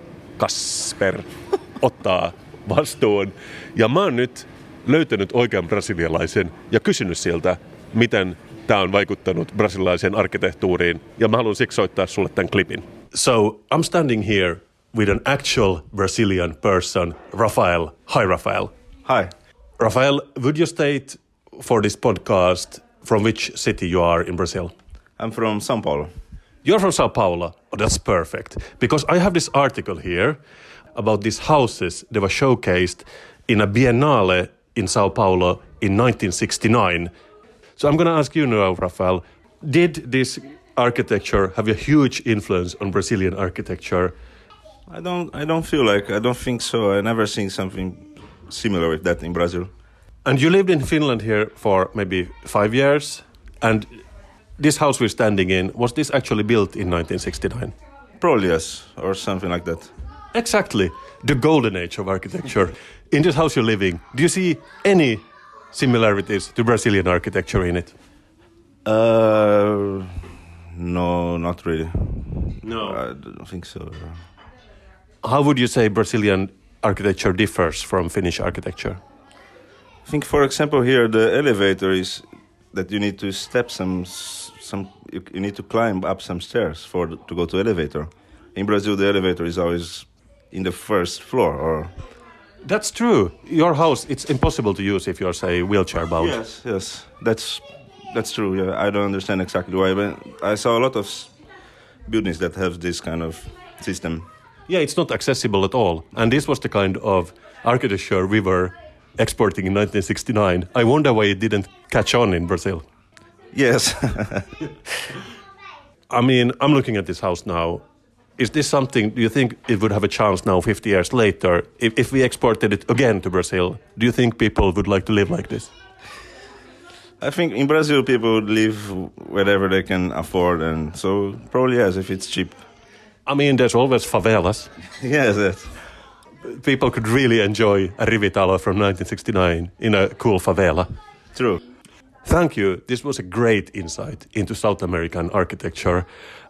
Kasper ottaa vastuun. Ja mä oon nyt löytänyt oikean brasilialaisen ja kysynyt sieltä, miten tämä on vaikuttanut brasilialaiseen arkkitehtuuriin. Ja mä haluan siksi soittaa sulle tämän klipin. So, I'm standing here with an actual Brazilian person, Rafael. Hi, Rafael. Hi. Rafael, would you state for this podcast from which city you are in Brazil? I'm from São Paulo. You're from Sao Paulo. Oh, that's perfect. Because I have this article here about these houses that were showcased in a biennale in Sao Paulo in nineteen sixty-nine. So I'm going to ask you now, Rafael, did this architecture have a huge influence on Brazilian architecture? I don't I don't feel like, I don't think so. I never seen something similar with that in Brazil. And you lived in Finland here for maybe five years. And this house we're standing in, was this actually built in nineteen sixty-nine? Probably yes, or something like that. Exactly. The golden age of architecture. In this house you're living, do you see any similarities to Brazilian architecture in it? Uh, no, not really. No. I don't think so. How would you say Brazilian architecture differs from Finnish architecture? I think, for example, here the elevator is that you need to step some, some you, you need to climb up some stairs for the, to go to elevator. in Brazil the elevator is always in the first floor. Or That's true. Your house, it's impossible to use if you're, say, wheelchair bound. yes, yes, that's that's true. Yeah, I don't understand exactly why, but I saw a lot of s- buildings that have this kind of system. Yeah, it's not accessible at all. And this was the kind of architecture we were exporting in nineteen sixty-nine. I wonder why it didn't catch on in Brazil. Yes. I mean, I'm looking at this house now. Is this something, do you think it would have a chance now fifty years later? If, if we exported it again to Brazil, do you think people would like to live like this? I think in Brazil people would live wherever they can afford, and so probably yes, if it's cheap. I mean, there's always favelas. Yes, yes. People could really enjoy a rivitalo from nineteen sixty-nine in a cool favela. True. Thank you. This was a great insight into South American architecture.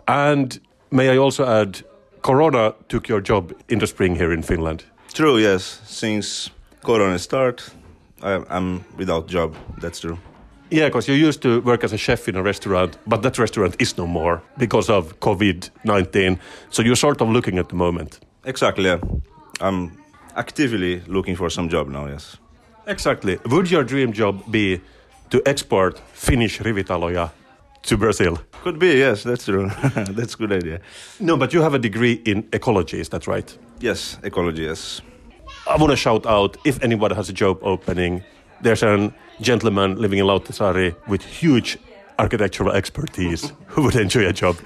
And may I also add, Corona took your job in the spring here in Finland. True, yes. Since Corona start, I, I'm without job. That's true. Yeah, because you used to work as a chef in a restaurant, but that restaurant is no more because of covid nineteen. So you're sort of looking at the moment. Exactly, yeah. I'm actively looking for some job now, yes. Exactly. Would your dream job be to export Finnish rivitaloja to Brazil? Could be, yes, that's true. That's a good idea. No, but you have a degree in ecology, is that right? Yes, ecology, yes. I want to shout out, if anyone has a job opening, there's a gentleman living in Lauttasaari with huge architectural expertise who would enjoy a job.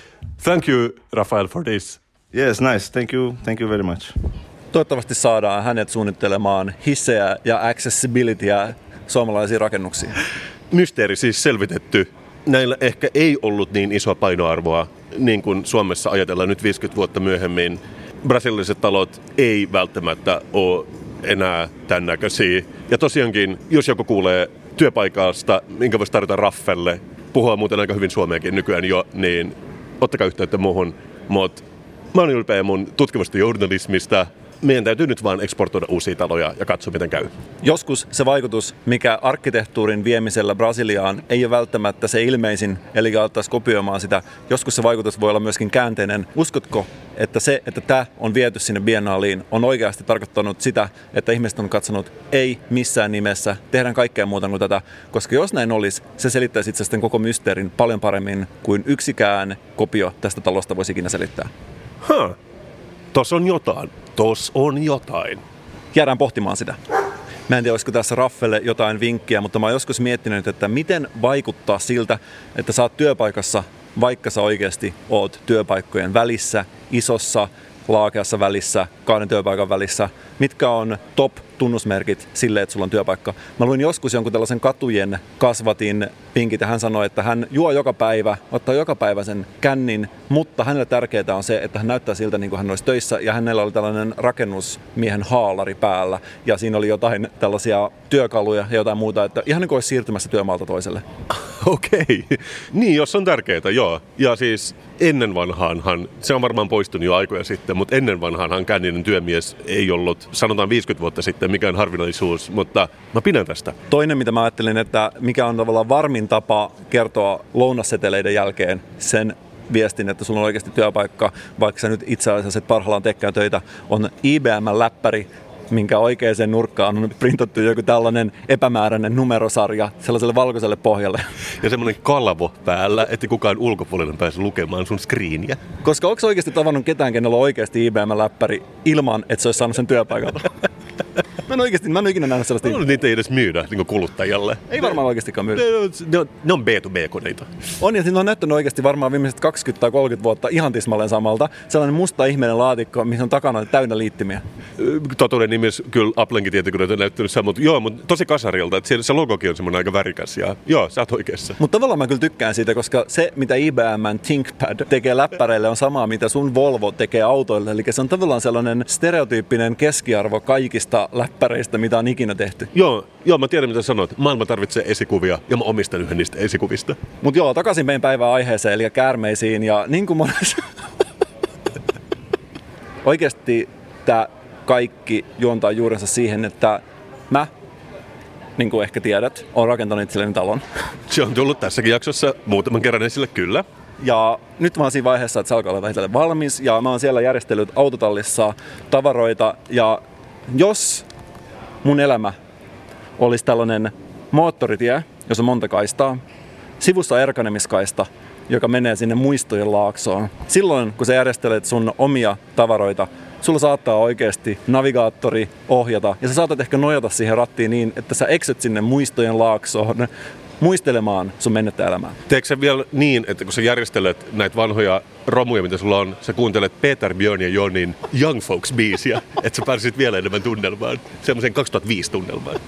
Thank you, Rafael, for this. Yes, nice. Thank you. Thank you very much. Toivottavasti saadaan hänet suunnittelemaan hissejä ja accessibilityä suomalaisiin rakennuksiin. Mysteeri siis selvitetty. Näillä ehkä ei ollut niin isoa painoarvoa, niin kuin Suomessa ajatellaan nyt viisikymmentä vuotta myöhemmin. Brasilialaiset talot ei välttämättä ole enää tämän näköisiä. Ja tosiaankin, jos joku kuulee työpaikasta, minkä voisi tarjota Raffelle, puhua muuten aika hyvin suomeakin nykyään jo, niin ottakaa yhteyttä muuhun. Mut mä oon ylpeä mun tutkivasta journalismista. Meidän täytyy nyt vaan eksportoida uusia taloja ja katsoa, miten käy. Joskus se vaikutus, mikä arkkitehtuurin viemisellä Brasiliaan ei ole välttämättä se ilmeisin, eli alettaisiin kopioimaan sitä. Joskus se vaikutus voi olla myöskin käänteinen. Uskotko, että se, että tämä on viety sinne Biennaaliin, on oikeasti tarkoittanut sitä, että ihmiset on katsonut, ei missään nimessä, tehdään kaikkea muuta kuin tätä. Koska jos näin olisi, se selittäisi itse asiassa koko mysteerin paljon paremmin kuin yksikään kopio tästä talosta voisi ikinä selittää. Huh. Tos on jotain. Tos on jotain. Jäädään pohtimaan sitä. Mä en tiedä, olisiko tässä Raffelle jotain vinkkiä, mutta mä oon joskus miettinyt, että miten vaikuttaa siltä, että sä oot työpaikassa, vaikka sä oikeasti oot työpaikkojen välissä, isossa, laakeassa välissä, kahden työpaikan välissä. Mitkä on top-tunnusmerkit sille, että sulla on työpaikka? Mä luin joskus jonkun tällaisen katujen kasvatin pinkit ja hän sanoi, että hän juo joka päivä, ottaa joka päivä sen kännin, mutta hänelle tärkeää on se, että hän näyttää siltä niin kuin hän olisi töissä ja hänellä oli tällainen rakennusmiehen haalari päällä ja siinä oli jotain tällaisia työkaluja ja jotain muuta, että ihan niin kuin olisi siirtymässä työmaalta toiselle. Okei. Okay. Niin, jos on tärkeää, joo. Ja siis ennen vanhaanhan, se on varmaan poistunut jo aikoja sitten, mutta ennen vanhaanhan känninen työmies ei ollut, sanotaan viisikymmentä vuotta sitten, mikään harvinaisuus, mutta mä pidän tästä. Toinen, mitä mä ajattelin, että mikä on tavallaan varmin tapa kertoa lounasseteleiden jälkeen sen viestin, että sulla on oikeasti työpaikka, vaikka sä nyt itse asiassa et parhaillaan teekään töitä, on I B M-läppäri, minkä oikeaan nurkkaan on printattu joku tällainen epämääräinen numerosarja sellaiselle valkoiselle pohjalle. Ja semmoinen kalvo päällä, että kukaan ulkopuolinen pääse lukemaan sun screeniä. Koska onko oikeasti tavannut ketään, kenellä on oikeasti I B M-läppäri ilman, että se olisi saanut sen työpaikalta? Mä en oikeasti, mä en ole ikinä nähnyt sellaista. No, niitä ei edes myydä niin kuluttajalle. Ei varmaan oikeastikaan myydä. Ne, ne, on, ne on B to B-koneita. On, ja siinä on näyttänyt oikeasti varmaan viimeiset kaksikymmentä tai kolmekymmentä vuotta ihan tismalleen samalta. Sellainen musta ihmeinen laatikko, missä on takana täynnä liittimiä. Totuuden nimessä kyllä Applenkin tietokoneet on näyttänyt samoin, mutta joo, mutta tosi kasarilta, että se logokin on semmoinen aika värikäs ja joo, sä oot oikeassa. Mutta tavallaan mä kyllä tykkään siitä, koska se, mitä I B M:n ThinkPad tekee läppäreille, on samaa, mitä sun Volvo tekee autoille. Eli se on tavallaan sellainen stereotyyppinen keskiarvo kaikista läppäreistä, mitä on ikinä tehty. Joo, joo, mä tiedän mitä sanoit. Maailma tarvitsee esikuvia ja mä omistan yhden niistä esikuvista. Mut joo, takaisin meidän päivän aiheeseen, eli käärmeisiin ja niin kuin monessa... Oikeasti tää kaikki juontaa juurensa siihen, että mä, niin kuin ehkä tiedät, olen rakentanut itselleni talon. Se on tullut tässäkin jaksossa muutaman kerran esille, kyllä. Ja nyt mä oon siinä vaiheessa, että se alkaa olla vähitellen valmis. Ja mä oon siellä järjestellyt autotallissa tavaroita. Ja jos mun elämä olisi tällainen moottoritie, jossa on monta kaistaa, sivussa erkanemiskaista, joka menee sinne muistojen laaksoon. Silloin, kun sä järjestelet sun omia tavaroita, sulla saattaa oikeasti navigaattori ohjata, ja sä saatat ehkä nojata siihen rattiin niin, että sä eksyt sinne muistojen laaksoon muistelemaan sun mennettä elämää. Teekö sä vielä niin, että kun sä järjestelet näitä vanhoja romuja, mitä sulla on, sä kuuntelet Peter, Björn ja Jonin Young Folks-biisiä, että sä pääsisit vielä enemmän tunnelmaan, semmoisen kaksituhattaviisi tunnelmaan?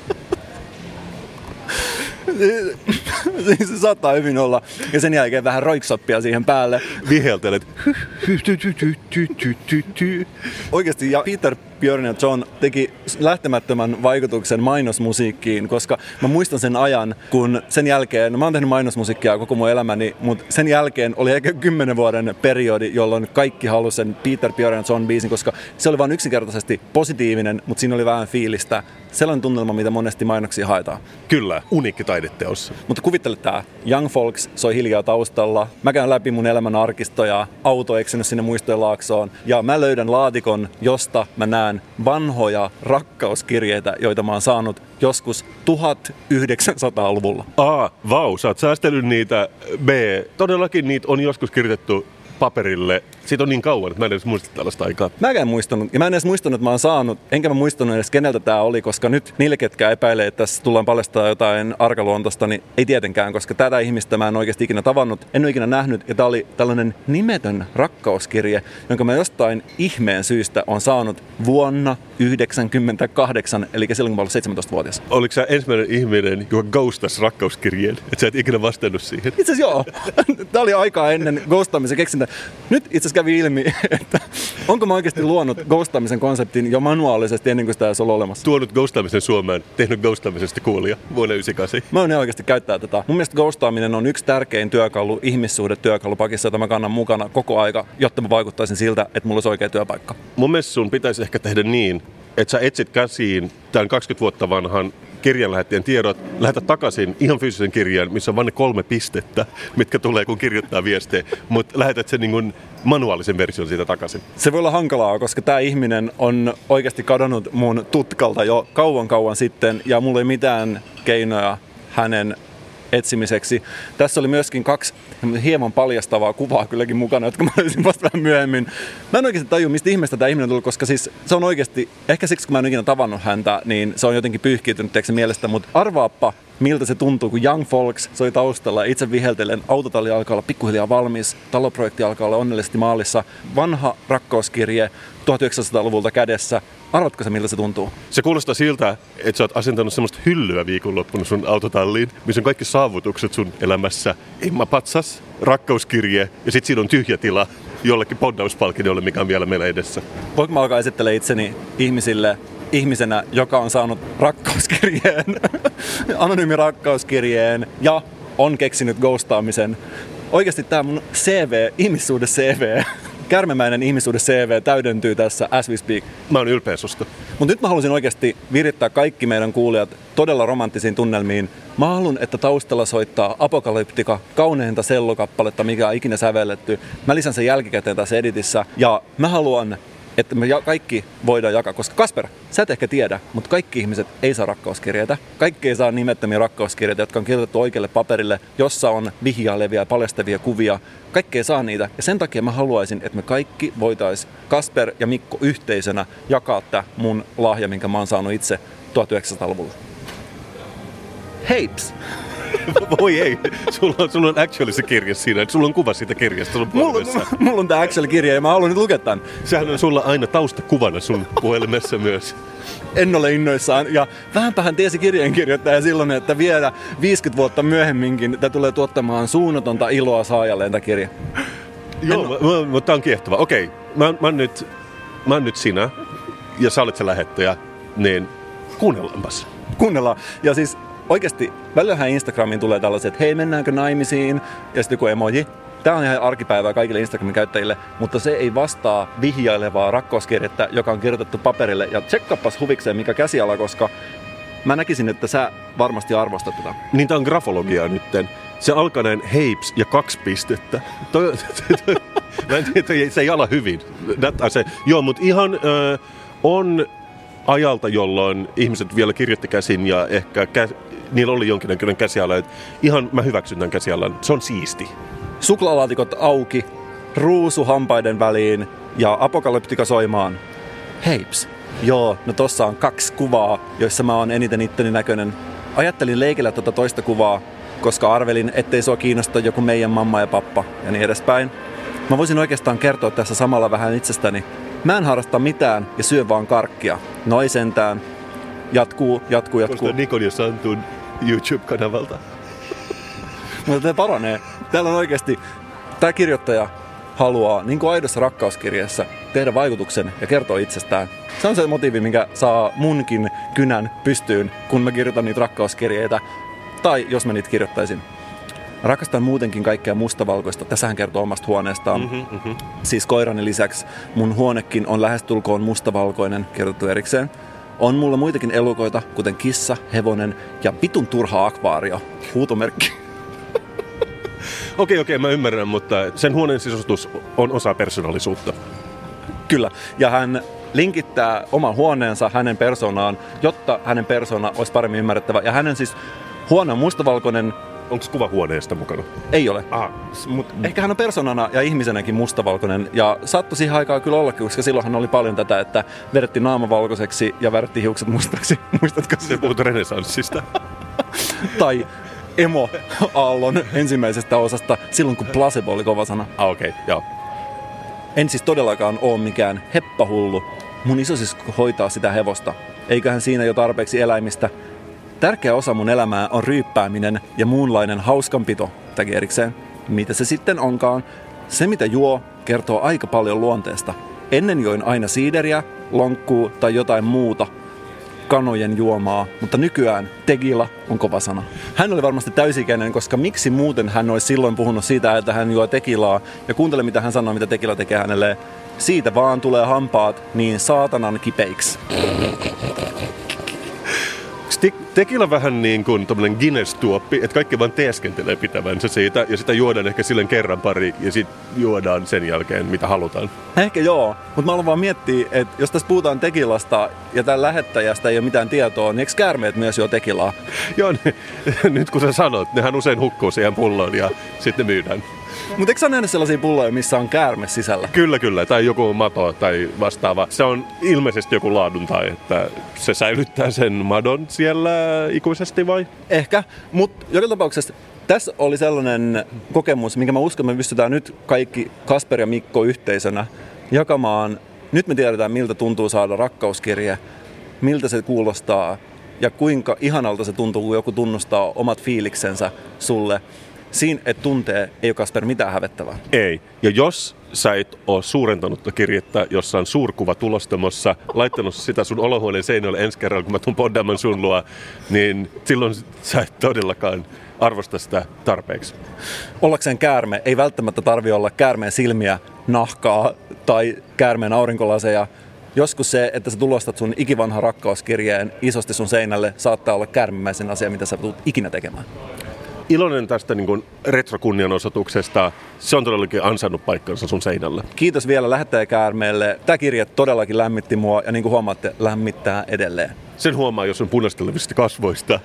Se saattaa hyvin olla. Ja sen jälkeen vähän roiksoppia siihen päälle. Viheltelet. Oikeasti ja Peter, Björn ja John teki lähtemättömän vaikutuksen mainosmusiikkiin, koska mä muistan sen ajan, kun sen jälkeen, no mä oon tehnyt mainosmusiikkia koko mun elämäni, mutta sen jälkeen oli ehkä kymmenen vuoden periodi, jolloin kaikki halusi sen Peter, Björn ja John biisin, koska se oli vain yksinkertaisesti positiivinen, mutta siinä oli vähän fiilistä. Sellainen tunnelma, mitä monesti mainoksia haetaan. Kyllä, uniikki taideteos. Mutta kuvittele tää. Young Folks soi hiljaa taustalla. Mä käyn läpi mun elämän arkistoja, auto eksynyt sinne muistojen laaksoon. Ja mä löydän laatikon, josta mä näen vanhoja rakkauskirjeitä, joita mä oon saanut joskus tuhatyhdeksänsataaluvulla. A. Vau, sä oot säästellyt niitä. B. Todellakin niitä on joskus kirjoitettu paperille. Siitä on niin kauan, että mä en edes muista tällaista aikaa. Mä en muistanut. Ja mä en edes muistanut, että mä oon saanut. Enkä mä muistanut edes, keneltä tää oli, koska nyt niille, ketkä epäilee, että tässä tullaan paljastaa jotain arkaluontoista, niin ei tietenkään, koska tätä ihmistä mä en oikeasti ikinä tavannut. En ole ikinä nähnyt. Ja tää oli tällainen nimetön rakkauskirje, jonka mä jostain ihmeen syystä on saanut vuonna yhdeksänkymmentäkahdeksan, eli silloin kun mä olin seitsemäntoistavuotias. Oliko sä ensimmäinen ihminen, joka ghostas rakkauskirjeen? Että sä et ikinä vastannut siihen? Itse asiassa joo. Tää oli aikaa ennen ghostaamisen keksintä. Nyt itse asiassa kävi ilmi, että onko mä oikeasti luonut ghostaamisen konseptin jo manuaalisesti ennen kuin sitä ei ole olemassa. Tuonut ghostaamisen Suomeen, tehnyt ghostaamisesta kuulija vuonna yhdeksänkymmentäkahdeksan. Mä oon oikeasti käyttää tätä. Mun mielestä ghostaaminen on yksi tärkein työkalu ihmissuhdetyökalupakissa, jota mä kannan mukana koko aika, jotta mä vaikuttaisin siltä, että mulla olisi oikea työpaikka. Mun mielestä sun pitäisi ehkä tehdä niin, että sä etsit käsiin tämän kaksikymmentä vuotta vanhan kirjanlähettäjän tiedot, lähetä takaisin ihan fyysisen kirjan, missä on vain ne kolme pistettä, mitkä tulee, kun kirjoittaa viestejä, mutta lähetät sen niin kuin manuaalisen version siitä takaisin. Se voi olla hankalaa, koska tämä ihminen on oikeasti kadonnut mun tutkalta jo kauan kauan sitten, ja mulla ei mitään keinoja hänen etsimiseksi. Tässä oli myöskin kaksi hieman paljastavaa kuvaa kylläkin mukana, jotka mä löysin vasta vähän myöhemmin. Mä en oikeasti tajua, mistä ihmeestä tämä ihminen tuli, koska siis se on oikeasti, ehkä siksi kun mä en ikinä tavannut häntä, niin se on jotenkin pyyhkiytynyt teeksi mielestä, mutta arvaappa, miltä se tuntuu, kun Young Folks soi taustalla. Itse viheltelen, autotalli alkaa olla pikkuhiljaa valmis, taloprojekti alkaa olla onnellisesti maalissa, vanha rakkauskirje tuhatyhdeksänsataaluvulta kädessä. Arvatko sä, miltä se tuntuu? Se kuulostaa siltä, että sä oot asentanut semmoista hyllyä viikonloppuna sun autotalliin, missä on kaikki saavutukset sun elämässä. Emma patsas, rakkauskirje ja sit siinä on tyhjä tila jollekin poddauspalkinnolle, mikä on vielä meillä edessä. Voinko mä alkaa esittelemään itseni ihmisille ihmisenä, joka on saanut rakkauskirjeen, anonyymi rakkauskirjeen ja on keksinyt ghostaamisen. Oikeasti tää mun C V, ihmissuhde C V, kärmemäinen ihmissuhde C V täydentyy tässä as we speak. Mä oon ylpeä susta. Mutta nyt mä halusin oikeasti virittää kaikki meidän kuulijat todella romanttisiin tunnelmiin. Mä haluan, että taustalla soittaa Apokalyptika, kauneinta sellokappaletta, mikä on ikinä sävelletty. Mä lisän sen jälkikäteen tässä editissä. Ja mä haluan, että me kaikki voidaan jakaa, koska Kasper, sä et ehkä tiedä, mutta kaikki ihmiset ei saa rakkauskirjeitä. Kaikki ei saa nimettömiä rakkauskirjeitä, jotka on kirjoitettu oikealle paperille, jossa on vihjailevia ja paljastavia kuvia. Kaikki ei saa niitä. Ja sen takia mä haluaisin, että me kaikki voitaisiin Kasper ja Mikko yhteisönä jakaa tää mun lahja, minkä mä oon saanut itse tuhatyhdeksänsataaluvulla. Heips! Voi ei, sulla on, sulla on actually se kirja siinä, sulla on kuva siitä kirjasta sun mulla, mulla on tää actually-kirja ja mä haluan nyt lukea tän. Sehän on sulla aina taustakuvana sun puhelimessa myös. En ole innoissaan ja vähänpähän tiesi kirjeenkirjoittaja silloin, että vielä viisikymmentä vuotta myöhemminkin tää tulee tuottamaan suunnatonta iloa saajalleen tää kirja. Joo, mutta tää on kiehtova. Okei, mä, mä, nyt, mä oon nyt sinä ja sä olet se lähettäjä, niin kuunnellaanpas. Kuunnellaan. Ja siis oikeasti välillähän Instagramiin tulee tällaiset, että hei, mennäänkö naimisiin? Ja sitten joku emoji. Tää on ihan arkipäivää kaikille Instagramin käyttäjille, mutta se ei vastaa vihjailevaa rakkauskirjettä, joka on kirjoitettu paperille. Ja tsekkaappas huvikseen, mikä käsiala, koska mä näkisin, että sä varmasti arvostat tätä. Niin tää on grafologiaa nytten. Se alkaa näin heips ja kaksi pistettä. Toi, toi, toi, mä en tiedä, se ei ala hyvin. Se, joo, mutta ihan ö, on ajalta, jolloin ihmiset vielä kirjoitti käsin ja ehkä kä, niillä oli jonkinnäköinen käsiala. Et ihan mä hyväksyn tämän käsialan. Se on siisti. Suklaalaatikot auki, ruusu hampaiden väliin ja apokalyptika soimaan. Heips. Joo, no tossa on kaksi kuvaa, joissa mä oon eniten itteni näköinen. Ajattelin leikellä tuota toista kuvaa, koska arvelin, ettei sua kiinnosta joku meidän mamma ja pappa ja niin edespäin. Mä voisin oikeastaan kertoa tässä samalla vähän itsestäni. Mä en harrasta mitään ja syö vaan karkkia. Noi sentään. Jatkuu, jatkuu, jatkuu. Koska Nikon ja Santun YouTube-kanavalta. Mutta tämä paranee. Täällä on oikeasti, tämä kirjoittaja haluaa, niin kuin aidossa rakkauskirjeessä, tehdä vaikutuksen ja kertoa itsestään. Se on se motiivi, minkä saa munkin kynän pystyyn, kun mä kirjoitan niitä rakkauskirjeitä. Tai jos mä niitä kirjoittaisin. Rakastan muutenkin kaikkea mustavalkoista. Tässä hän kertoo omasta huoneestaan. Mm-hmm, mm-hmm. Siis koirani lisäksi mun huonekin on lähestulkoon mustavalkoinen, kerrottu erikseen. On mulla muitakin elukoita, kuten kissa, hevonen ja vitun turha akvaario. Huutomerkki. Okei, okei, mä ymmärrän, mutta sen huoneen sisustus on osa persoonallisuutta. Kyllä, ja hän linkittää oman huoneensa hänen persoonaan, jotta hänen persoona olisi paremmin ymmärrettävä. Ja hänen siis huone on mustavalkoinen. Onko kuva huoneesta mukana? Ei ole. Ah. Mutta ehkä hän on persoonana ja ihmisenäkin mustavalkoinen. Ja saattoi siihen aikaan kyllä ollakin, koska silloin hän oli paljon tätä, että vedettiin naama valkoiseksi ja värättiin hiukset mustaksi. Muistatko se? Puhut renesanssista. Tai emo-aallon ensimmäisestä osasta, silloin kun placebo oli kova sana. Ah, okei, okay, joo. En siis todellakaan ole mikään heppahullu. Mun isosisko hoitaa sitä hevosta. Eiköhän siinä jo tarpeeksi eläimistä. Tärkeä osa mun elämää on ryyppääminen ja muunlainen hauskanpito, tagi erikseen. Mitä se sitten onkaan? Se mitä juo kertoo aika paljon luonteesta. Ennen join aina siideriä, lonkkuu tai jotain muuta kanojen juomaa, mutta nykyään tequila on kova sana. Hän oli varmasti täysikäinen, koska miksi muuten hän olisi silloin puhunut siitä, että hän juo tequilaa. Ja kuuntele mitä hän sanoo, mitä tequila tekee hänelle. Siitä vaan tulee hampaat niin saatanan kipeiksi. Tequila vähän niin kuin tommonen Guinness-tuoppi, että kaikki vaan teeskentelee pitävänsä siitä, ja sitä juodaan ehkä silleen kerran pari, ja sitten juodaan sen jälkeen, mitä halutaan. Ehkä joo, mutta mä haluan vaan miettiä, että jos tässä puhutaan tequilasta, ja tämän lähettäjästä ei ole mitään tietoa, niin eikö käärmeet myös juo tequilaa? Joo, ne, nyt kun sä sanot, nehän usein hukkuu siihen pulloon, ja sitten ne myydään. Mutta eikö sä nähnyt sellaisia pulloja, missä on käärme sisällä? Kyllä, kyllä. Tai joku mato tai vastaava. Se on ilmeisesti joku laadun tai että se säilyttää sen madon siellä ikuisesti vai? Ehkä, mutta joka tapauksessa tässä oli sellainen kokemus, minkä mä uskon, että me pystytään nyt kaikki Kasper ja Mikko yhteisönä jakamaan. Nyt me tiedetään, miltä tuntuu saada rakkauskirje, miltä se kuulostaa ja kuinka ihanalta se tuntuu, kun joku tunnustaa omat fiiliksensä sulle. Siinä, että tuntee, ei ole Kasper mitään hävettävää. Ei. Ja jos sä et ole suurentanutta kirjettä, jossa on suurkuva tulostamossa, laittanut sitä sun olohuoneen seinälle ensi kerralla, kun mä tuun poddaamaan sun luo, niin silloin sä et todellakaan arvosta sitä tarpeeksi. Ollakseen käärme ei välttämättä tarvitse olla käärmeen silmiä, nahkaa tai käärmeen aurinkolaseja. Joskus se, että sä tulostat sun ikivanhan rakkauskirjeen isosti sun seinälle, saattaa olla käärmemäisen asia, mitä sä tulet ikinä tekemään. Iloinen tästä niin kuin retrokunnianosoituksesta. Se on todellakin ansainnut paikkansa sun seinällä. Kiitos vielä lähettäjäkäärmeelle. Tämä kirje todellakin lämmitti mua ja niin kuin huomaatte, lämmittää edelleen. Sen huomaa, jos on punastelevista kasvoista.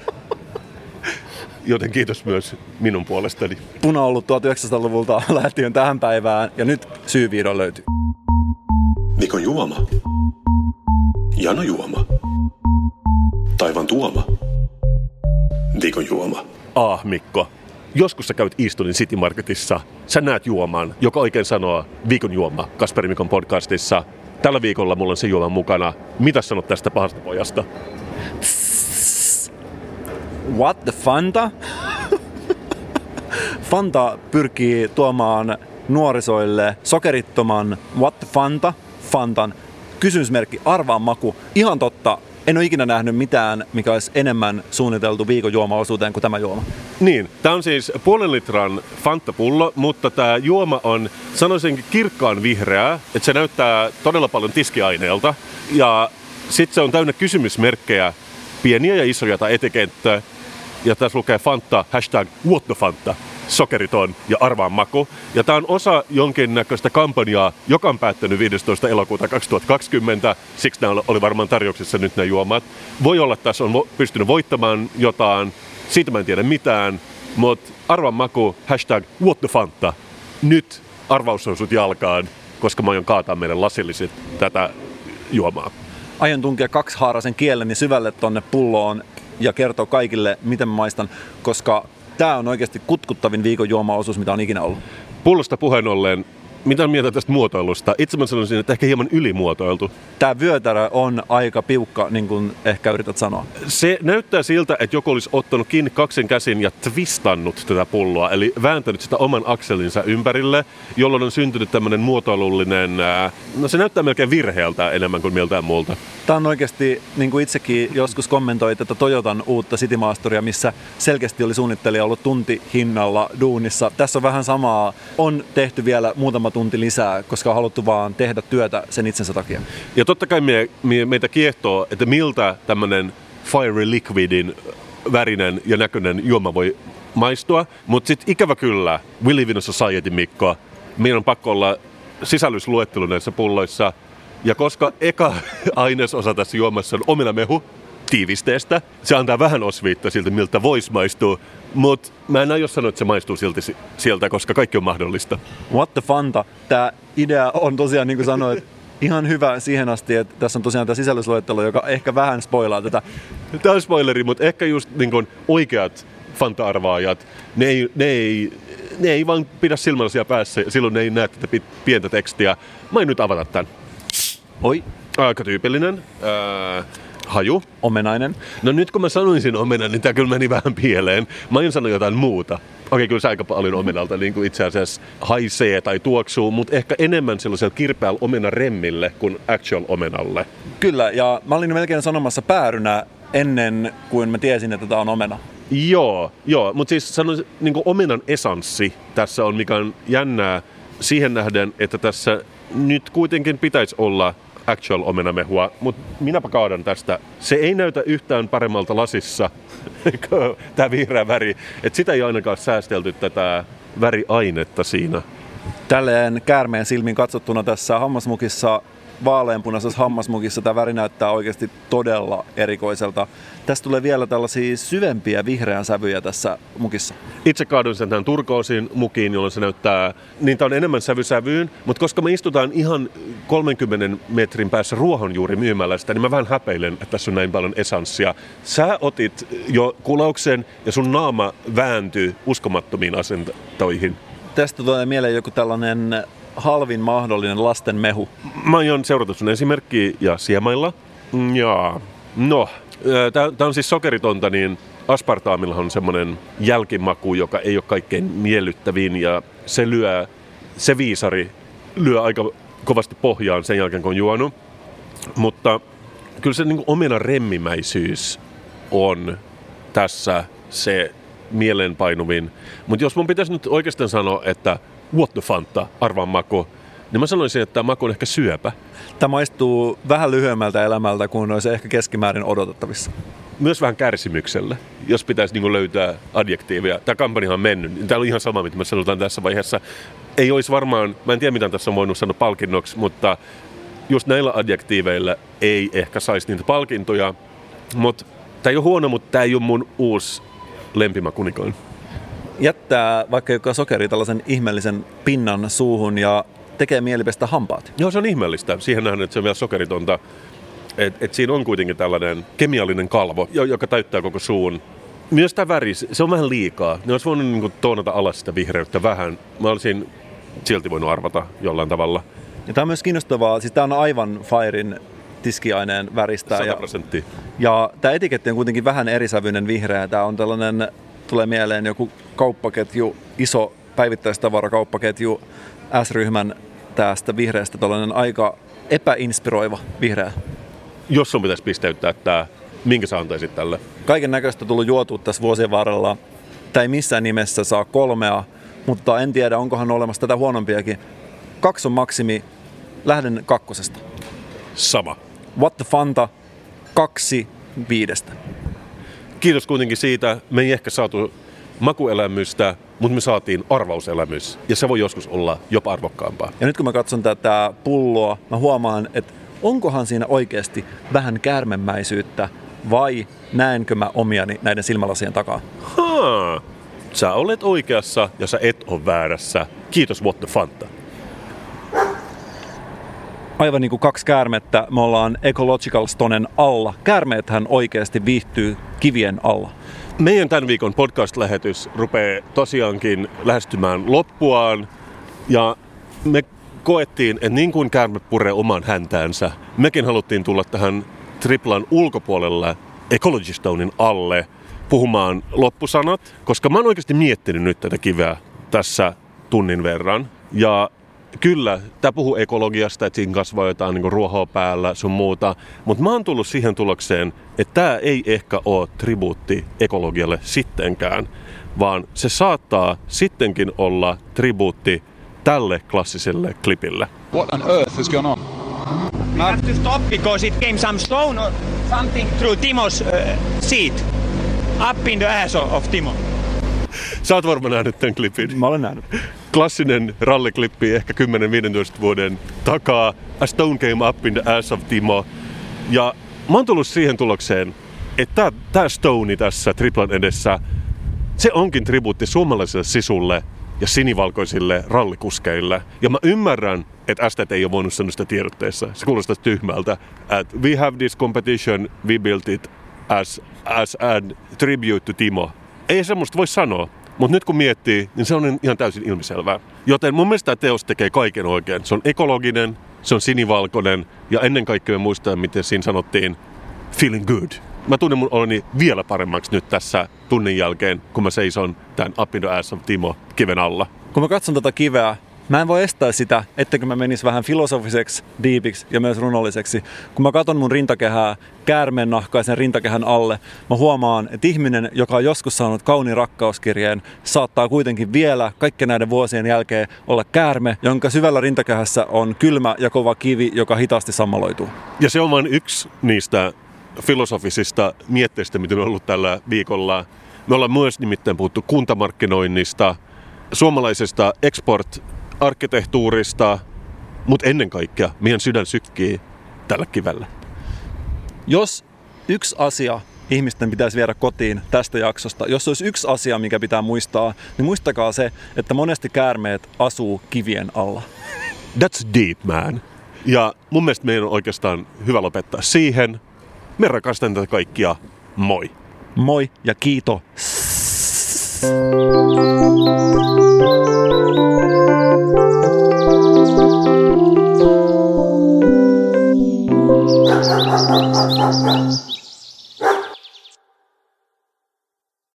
Joten kiitos myös minun puolestani. Puna on ollut tuhatyhdeksänsataaluvulta lähtien tähän päivään ja nyt syy vihdoin löytyy. Mikon juoma. Jano juoma. Taivan tuoma. Viikon juoma. Ah, Mikko. Joskus sä käyt Eastonin City Marketissa, sä näet juoman, joka oikein sanoo viikon juoma Kasper Mikon podcastissa. Tällä viikolla mulla on se juoma mukana. Mitä sanot tästä pahasta pojasta? What the Fanta? Fanta pyrkii tuomaan nuorisoille sokerittoman What the Fanta? Fantan. Kysymysmerkki, arvaan maku. Ihan totta. En ole ikinä nähnyt mitään, mikä olisi enemmän suunniteltu viikon juomaosuuteen kuin tämä juoma. Niin, tämä on siis puolen litran Fanta-pullo, mutta tämä juoma on, sanoisinkin, kirkkaan vihreää, että se näyttää todella paljon tiskiaineelta. Ja sitten se on täynnä kysymysmerkkejä, pieniä ja isoja tai etikettä. Ja tässä lukee Fanta, hashtag what the Fanta, sokeriton ja arvaan maku. Ja tämä on osa jonkinnäköistä kampanjaa, joka on päättänyt viidestoista elokuuta kaksituhattakaksikymmentä. Siksi nämä oli varmaan tarjouksissa nyt nämä juomat. Voi olla, että tässä on vo- pystynyt voittamaan jotain. Siitä mä en tiedä mitään. Mutta arvaan maku, hashtag what the Fanta. Nyt arvaus on sut jalkaan, koska mä aion kaataa meidän lasilliset tätä juomaa. Aion tunkea kaksihaaraisen kieleni syvälle tonne pulloon ja kertoa kaikille, miten mä maistan, koska tää on oikeasti kutkuttavin viikon juomaosuus, mitä on ikinä ollut. Pullosta puheen ollen, mitä mieltä tästä muotoilusta? Itse mä sanoisin, että ehkä hieman ylimuotoiltu. Tää vyötärö on aika piukka, niin kuin ehkä yrität sanoa. Se näyttää siltä, että joku olisi ottanut kiinni kaksin käsin ja twistannut tätä pulloa, eli vääntänyt sitä oman akselinsa ympärille, jolloin on syntynyt tämmöinen muotoilullinen, no se näyttää melkein virheeltä enemmän kuin miltään muulta. Tämä on oikeasti, niin kuin itsekin joskus kommentoit, että Toyotan uutta Citymasteria, missä selkeästi oli suunnittelija ollut tunti hinnalla duunissa. Tässä on vähän samaa. On tehty vielä muutama tunti lisää, koska on haluttu vaan tehdä työtä sen itsensä takia. Ja totta kai me, me, meitä kiehtoo, että miltä tämmöinen Fiery Liquidin värinen ja näköinen juoma voi maistua. Mutta sitten ikävä kyllä, we live in a society, Mikko. Meidän on pakko olla sisällysluettelu näissä pulloissa. Ja koska eka ainesosa tässä juomassa on omenamehu tiivisteestä, se antaa vähän osviittaa siltä, miltä voisi maistua. Mutta mä en aio sanoa, että se maistuu silti sieltä, koska kaikki on mahdollista. What the Fanta? Tämä idea on tosiaan, niin kuin sanoit, ihan hyvä siihen asti, että tässä on tosiaan tämä sisällysluettelo, joka ehkä vähän spoilaa tätä. Tämä on spoileri, mutta ehkä just niin kuin oikeat Fanta-arvaajat, ne ei, ne, ei, ne ei vaan pidä silmällä siellä päässä ja silloin ne ei näe tätä pientä tekstiä. Mä en nyt avata tämän. Oi. Aika tyypillinen. Äh, haju. Omenainen. No nyt kun mä sanoisin omenan, niin tää kyllä meni vähän pieleen. Mä en sano jotain muuta. Okei, kyllä se aika paljon omenalta niin kuin itse asiassa haisee tai tuoksuu, mutta ehkä enemmän sellaisella kirpeällä omenaremmille kuin actual omenalle. Kyllä, ja mä olin melkein sanomassa päärynä ennen kuin mä tiesin, että tää on omena. Joo, joo, mutta siis sanoisin, niin kuin omenan esanssi tässä on, mikä on jännää siihen nähden, että tässä nyt kuitenkin pitäisi olla actual omenamehua, mutta minäpä kaadan tästä. Se ei näytä yhtään paremmalta lasissa, tämä vihreä väri. Et sitä ei ainakaan säästelty tätä väriainetta siinä. Tälleen käärmeen silmin katsottuna tässä hammasmukissa, vaaleanpunaisessa hammasmukissa tämä väri näyttää oikeasti todella erikoiselta. Tästä tulee vielä tällaisia syvempiä vihreän sävyjä tässä mukissa. Itse kaadun sen tämän turkoosin mukiin, jolloin se näyttää, niin tämä on enemmän sävysävyyn, mutta koska me istutaan ihan kolmenkymmenen metrin päässä ruohonjuurimyymälästä, niin mä vähän häpeilen, että tässä on näin paljon esanssia. Sä otit jo kulauksen ja sun naama vääntyi uskomattomiin asentoihin. Tästä tulee mieleen joku tällainen halvin mahdollinen lasten mehu. Mä aion seurata sun esimerkkiä ja siemailla. Jaa, no, tää on siis sokeritonta, niin aspartaamilla on semmoinen jälkimaku, joka ei ole kaikkein miellyttävin ja se lyö, se viisari lyö aika kovasti pohjaan sen jälkeen, kun on juonut. Mutta kyllä se niin kuin omenan remmimäisyys on tässä se mieleenpainuvin. Mutta jos mun pitäisi nyt oikeastaan sanoa, että what the Fanta, arvaan maku, niin mä sanoisin, että tämä maku on ehkä syöpä. Tämä maistuu vähän lyhyemmältä elämältä kuin olisi ehkä keskimäärin odotettavissa. Myös vähän kärsimykselle, jos pitäisi niin löytää adjektiivia. Tämä kampanjahan on mennyt. Tämä on ihan sama, mitä me sanotaan tässä vaiheessa. Ei olisi varmaan, mä en tiedä mitä tässä on voinut sanoa palkinnoksi, mutta just näillä adjektiiveillä ei ehkä saisi niitä palkintoja. Mutta tämä ei ole huono, mutta tämä ei ole mun uusi lempimakunikaan. Jättää vaikka joka sokeri tällaisen ihmeellisen pinnan suuhun ja tekee mieli pestä hampaat. Joo, se on ihmeellistä. Siihen nähdään, että se on vielä sokeritonta. Että et siinä on kuitenkin tällainen kemiallinen kalvo, joka täyttää koko suun. Myös tämä väri, se on vähän liikaa. Ne olisi voinut niin toonata alas sitä vihreyttä vähän. Mä olisin silti voinut arvata jollain tavalla. Ja tämä on myös kiinnostavaa. Siis tämä on aivan Firen tiskiaineen väristä. sata prosenttia. Ja, ja tämä etiketti on kuitenkin vähän erisävyinen vihreä. Tämä on tällainen, tulee mieleen joku kauppaketju, iso päivittäistavarakauppaketju S-ryhmän tästä vihreästä, tällainen aika epäinspiroiva vihreä. Jos sun pitäisi pisteyttää tämä, minkä sä antaisit tälle? Kaiken näköistä tullut juotua tässä vuosien varrella. Tämä ei missään nimessä saa kolmea, mutta en tiedä, onkohan olemassa tätä huonompiakin. Kaksi on maksimi. Lähden kakkosesta. Sama. What the Fanta, kaksi viidestä. kiitos kuitenkin siitä. Me ei ehkä saatu makuelämystä, mutta me saatiin arvauselämys. Ja se voi joskus olla jopa arvokkaampaa. Ja nyt kun mä katson tätä pulloa, mä huomaan, että onkohan siinä oikeasti vähän käärmemäisyyttä vai näenkö mä omiani näiden silmälasien takaa? Haa, sä olet oikeassa ja sä et ole väärässä. Kiitos What the Fanta. Aivan niin kuin kaksi käärmettä, me ollaan Ecological Stonen alla. Käärmeethän oikeasti viihtyy kivien alla. Meidän tämän viikon podcast-lähetys rupeaa tosiaankin lähestymään loppuaan. Ja me koettiin, että niin kuin käärme puree oman häntäänsä, mekin haluttiin tulla tähän triplan ulkopuolella Ecology Stonein alle puhumaan loppusanat, koska mä oon oikeasti miettinyt nyt tätä kiveä tässä tunnin verran. Ja kyllä, tää puhuu ekologiasta, että siinä kasvaa jotain niin ruohoa päällä, sun muuta. Mutta mä oon tullut siihen tulokseen, että tää ei ehkä ole tribuutti ekologialle sittenkään, vaan se saattaa sittenkin olla tribuutti tälle klassiselle klipille. What on earth is going on? We have to stop because it came some stone or something through Timo's uh, seat. Up in the ass of Timo. Sä oot varmaan nähnyt tämän klipin. Mä olen nähnyt. Klassinen ralliklippi ehkä kymmenen viisitoista vuoden takaa. A stone came up in the ass of Timo. Ja mä oon tullut siihen tulokseen, että tää, tää Stone tässä triplan edessä, se onkin tribuutti suomalaiselle sisulle ja sinivalkoisille rallikuskeille. Ja mä ymmärrän, että S T ei ole voinut sanoa sitä tiedotteessa. Se kuulostaa tyhmältä. At we have this competition, we built it as, as a tribute to Timo. Ei semmoista voi sanoa, mutta nyt kun miettii, niin se on ihan täysin ilmiselvää. Joten mun mielestä tämä teos tekee kaiken oikein. Se on ekologinen, se on sinivalkoinen ja ennen kaikkea me muistaa, miten siinä sanottiin feeling good. Mä tunnen mun oloni vielä paremmaksi nyt tässä tunnin jälkeen, kun mä seison tämän Up in the Ass of Timo kiven alla. Kun mä katson tätä kiveä, mä en voi estää sitä, etteikö mä menis vähän filosofiseksi, diipiksi ja myös runolliseksi. Kun mä katson mun rintakehää käärmeen nahkaisen rintakehän alle, mä huomaan, että ihminen, joka on joskus saanut kauniin rakkauskirjeen, saattaa kuitenkin vielä kaikkien näiden vuosien jälkeen olla käärme, jonka syvällä rintakehässä on kylmä ja kova kivi, joka hitaasti sammaloituu. Ja se on vain yksi niistä filosofisista mietteistä, mitä me on ollut tällä viikolla. Me ollaan myös nimittäin puhuttu kuntamarkkinoinnista, suomalaisesta export-arkkitehtuurista, mutta ennen kaikkea meidän sydän sykkii tällä kivellä. Jos yksi asia ihmisten pitäisi viedä kotiin tästä jaksosta, jos olisi yksi asia, mikä pitää muistaa, niin muistakaa se, että monesti käärmeet asuu kivien alla. That's deep, man. Ja mun mielestä meidän on oikeastaan hyvä lopettaa siihen. Me rakastan tätä kaikkia. Moi. Moi ja kiitos.